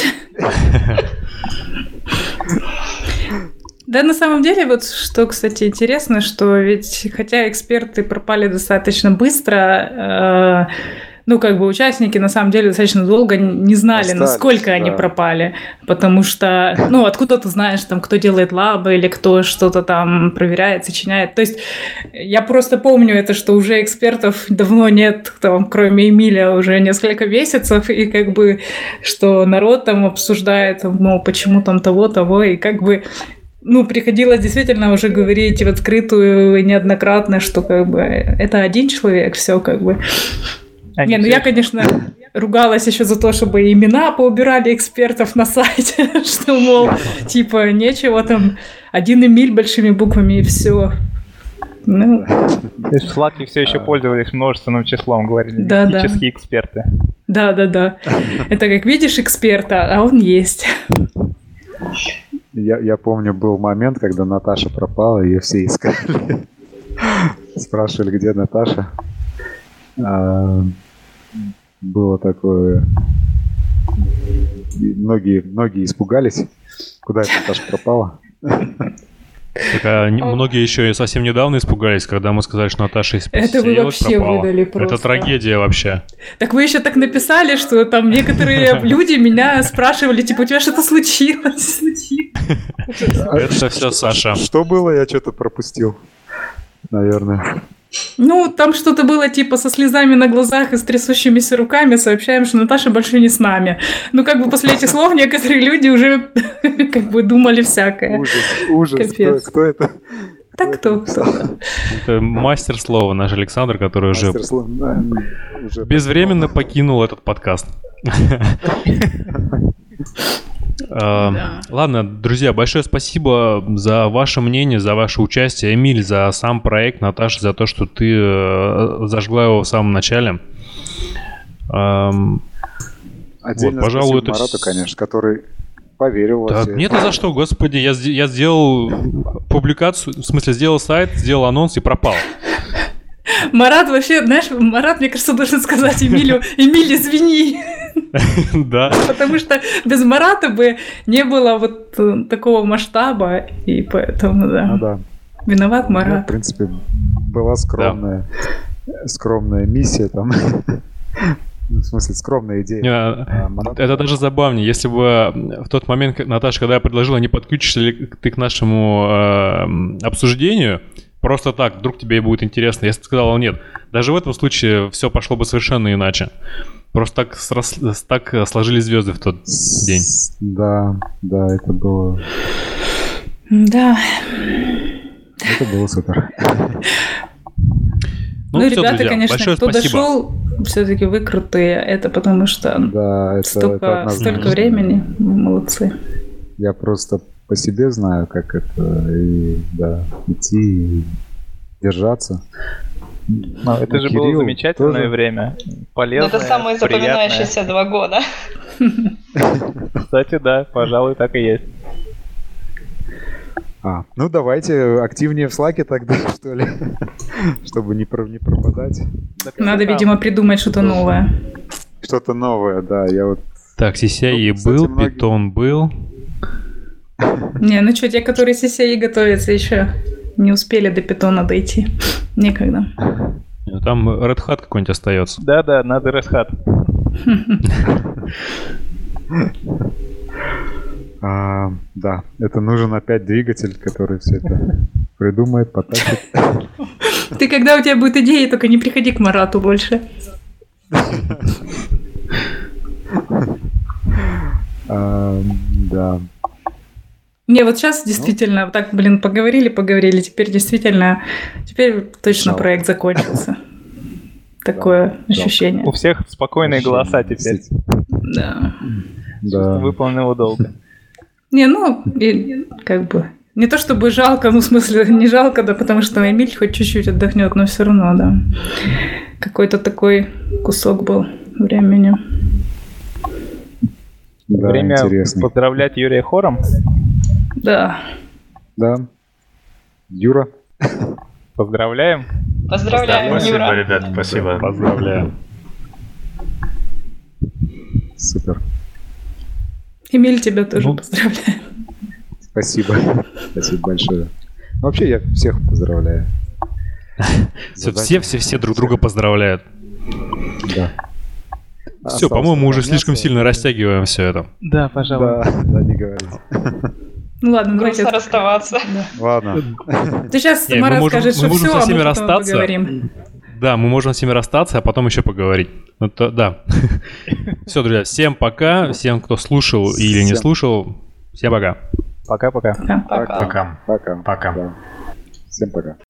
Да, на самом деле, вот что, кстати, интересно, что ведь, хотя эксперты пропали достаточно быстро, э, ну, как бы участники, на самом деле, достаточно долго не знали, Остались, насколько да. они пропали, потому что, ну, откуда ты знаешь, там, кто делает лабы или кто что-то там проверяет, сочиняет. То есть я просто помню это, что уже экспертов давно нет, там, кроме Эмиля, уже несколько месяцев, и как бы, что народ там обсуждает, мол, почему там того, того, и как бы... Ну, приходилось действительно уже говорить в открытую и неоднократно, что как бы это один человек, все как бы. Они Не, ну я, конечно, ругалась еще за то, чтобы имена поубирали экспертов на сайте, что, мол, типа, нечего там, один Эмиль большими буквами и все. Ну. То есть в Slack все еще пользовались множественным числом, говорили, да, мифические да. эксперты. Да-да-да. Это как видишь эксперта, а он есть. Я, я помню, был момент, когда Наташа пропала, ее все искали. Спрашивали, где Наташа. А, было такое... Многие, многие испугались. Куда эта Наташа пропала? Так, а многие еще и совсем недавно испугались, когда мы сказали, что Наташа из Это вы вообще пропала. выдали просто. Это трагедия вообще. Так вы еще так написали, что там некоторые люди меня спрашивали, типа, у тебя что-то случилось? Это все Саша. Что было, я что-то пропустил, наверное. Ну, там что-то было типа со слезами на глазах и с трясущимися руками сообщаем, что Наташа больше не с нами. Ну, как бы после этих слов некоторые люди уже как бы думали всякое. Ужас, ужас. Кто, кто это? Так кто? Это мастер слова наш Александр, который уже, слова, да, уже безвременно покинул этот подкаст. Да. Ладно, друзья, большое спасибо за ваше мнение, за ваше участие. Эмиль, за сам проект. Наташа, за то, что ты зажгла его в самом начале. Отдельно вот, пожалуй, спасибо Марату, конечно, который поверил во да, все. Нет, за что, господи. Я, я сделал публикацию, в смысле, сделал сайт, сделал анонс и пропал. Марат вообще, знаешь, Марат, мне кажется, должен сказать Эмилю: Эмиль, извини. Да. Потому что без Марата бы не было вот такого масштаба, и поэтому, да. Ну, да. Виноват Марат. Ну, в принципе, была скромная, да. скромная миссия там. В смысле, скромная идея. А, Марат... Это даже забавнее. Если бы в тот момент, Наташа, когда я предложила, не подключишься ли ты к нашему э, обсуждению, просто так, вдруг тебе будет интересно. Я сказал нет. Даже в этом случае все пошло бы совершенно иначе. Просто так, срос... так сложились звезды в тот день. Да, да, это было... Да. Это было супер. Ну, ну все, ребята, друзья, конечно, большое кто спасибо. Дошел, все-таки вы крутые. Это потому что да, это, столько, это столько времени. Молодцы. Я просто по себе знаю, как это и, да, идти и держаться. Ну, это ну, же Кирилл было замечательное тоже... время. Полезное, это самые запоминающиеся два года. Кстати, да, пожалуй, так и есть. А, ну давайте активнее в Slack'е тогда, что ли, чтобы не, про, не пропадать. Надо, видимо, придумать что-то новое. Что-то новое, да, я вот... Так, си си ай ну, был, многие... Python был. Не, ну что, те, которые си си ай готовятся, еще не успели до питона дойти. Некогда. Там Red Hat какой-нибудь остается. Да-да, надо Red Hat. А, да, это нужен опять двигатель, который все это придумает, потащит. Ты когда у тебя будет идея, только не приходи к Марату больше. а, да. Не, вот сейчас действительно, ну, так, блин, поговорили, поговорили, теперь действительно, теперь точно Жалко. Проект закончился. Такое да, ощущение. У всех спокойные голоса теперь. Да. Да. Выполнил долго. Не, ну, и, как бы, не то чтобы жалко, ну, в смысле, не жалко, да, потому что Эмиль хоть чуть-чуть отдохнет, но все равно, да. Какой-то такой кусок был времени. Да, время интересный. Поздравлять Юрия хором? Да. Да. Юра. Поздравляем. Поздравляем, спасибо, Юра. Ребят, спасибо. Поздравляем. Супер. Эмиль, тебя тоже ну, поздравляю. Спасибо. Спасибо большое. Вообще, я всех поздравляю. Все, все, все, все друг друга поздравляют. Да. Все, по-моему, уже слишком сильно растягиваем все это. Да, пожалуй. Да, да, не говорите. Ну ладно, давайте грустно расставаться. Да. Ладно. Ты сейчас, не, Марат, скажешь, что все, а мы потом поговорим. Да, мы можем с ними расстаться, а потом еще поговорить. Ну, то, да. Все, друзья, всем пока. Всем, кто слушал всем. Или не слушал, всем пока. Пока-пока. Пока. Пока. Пока. Пока. Пока. Всем пока.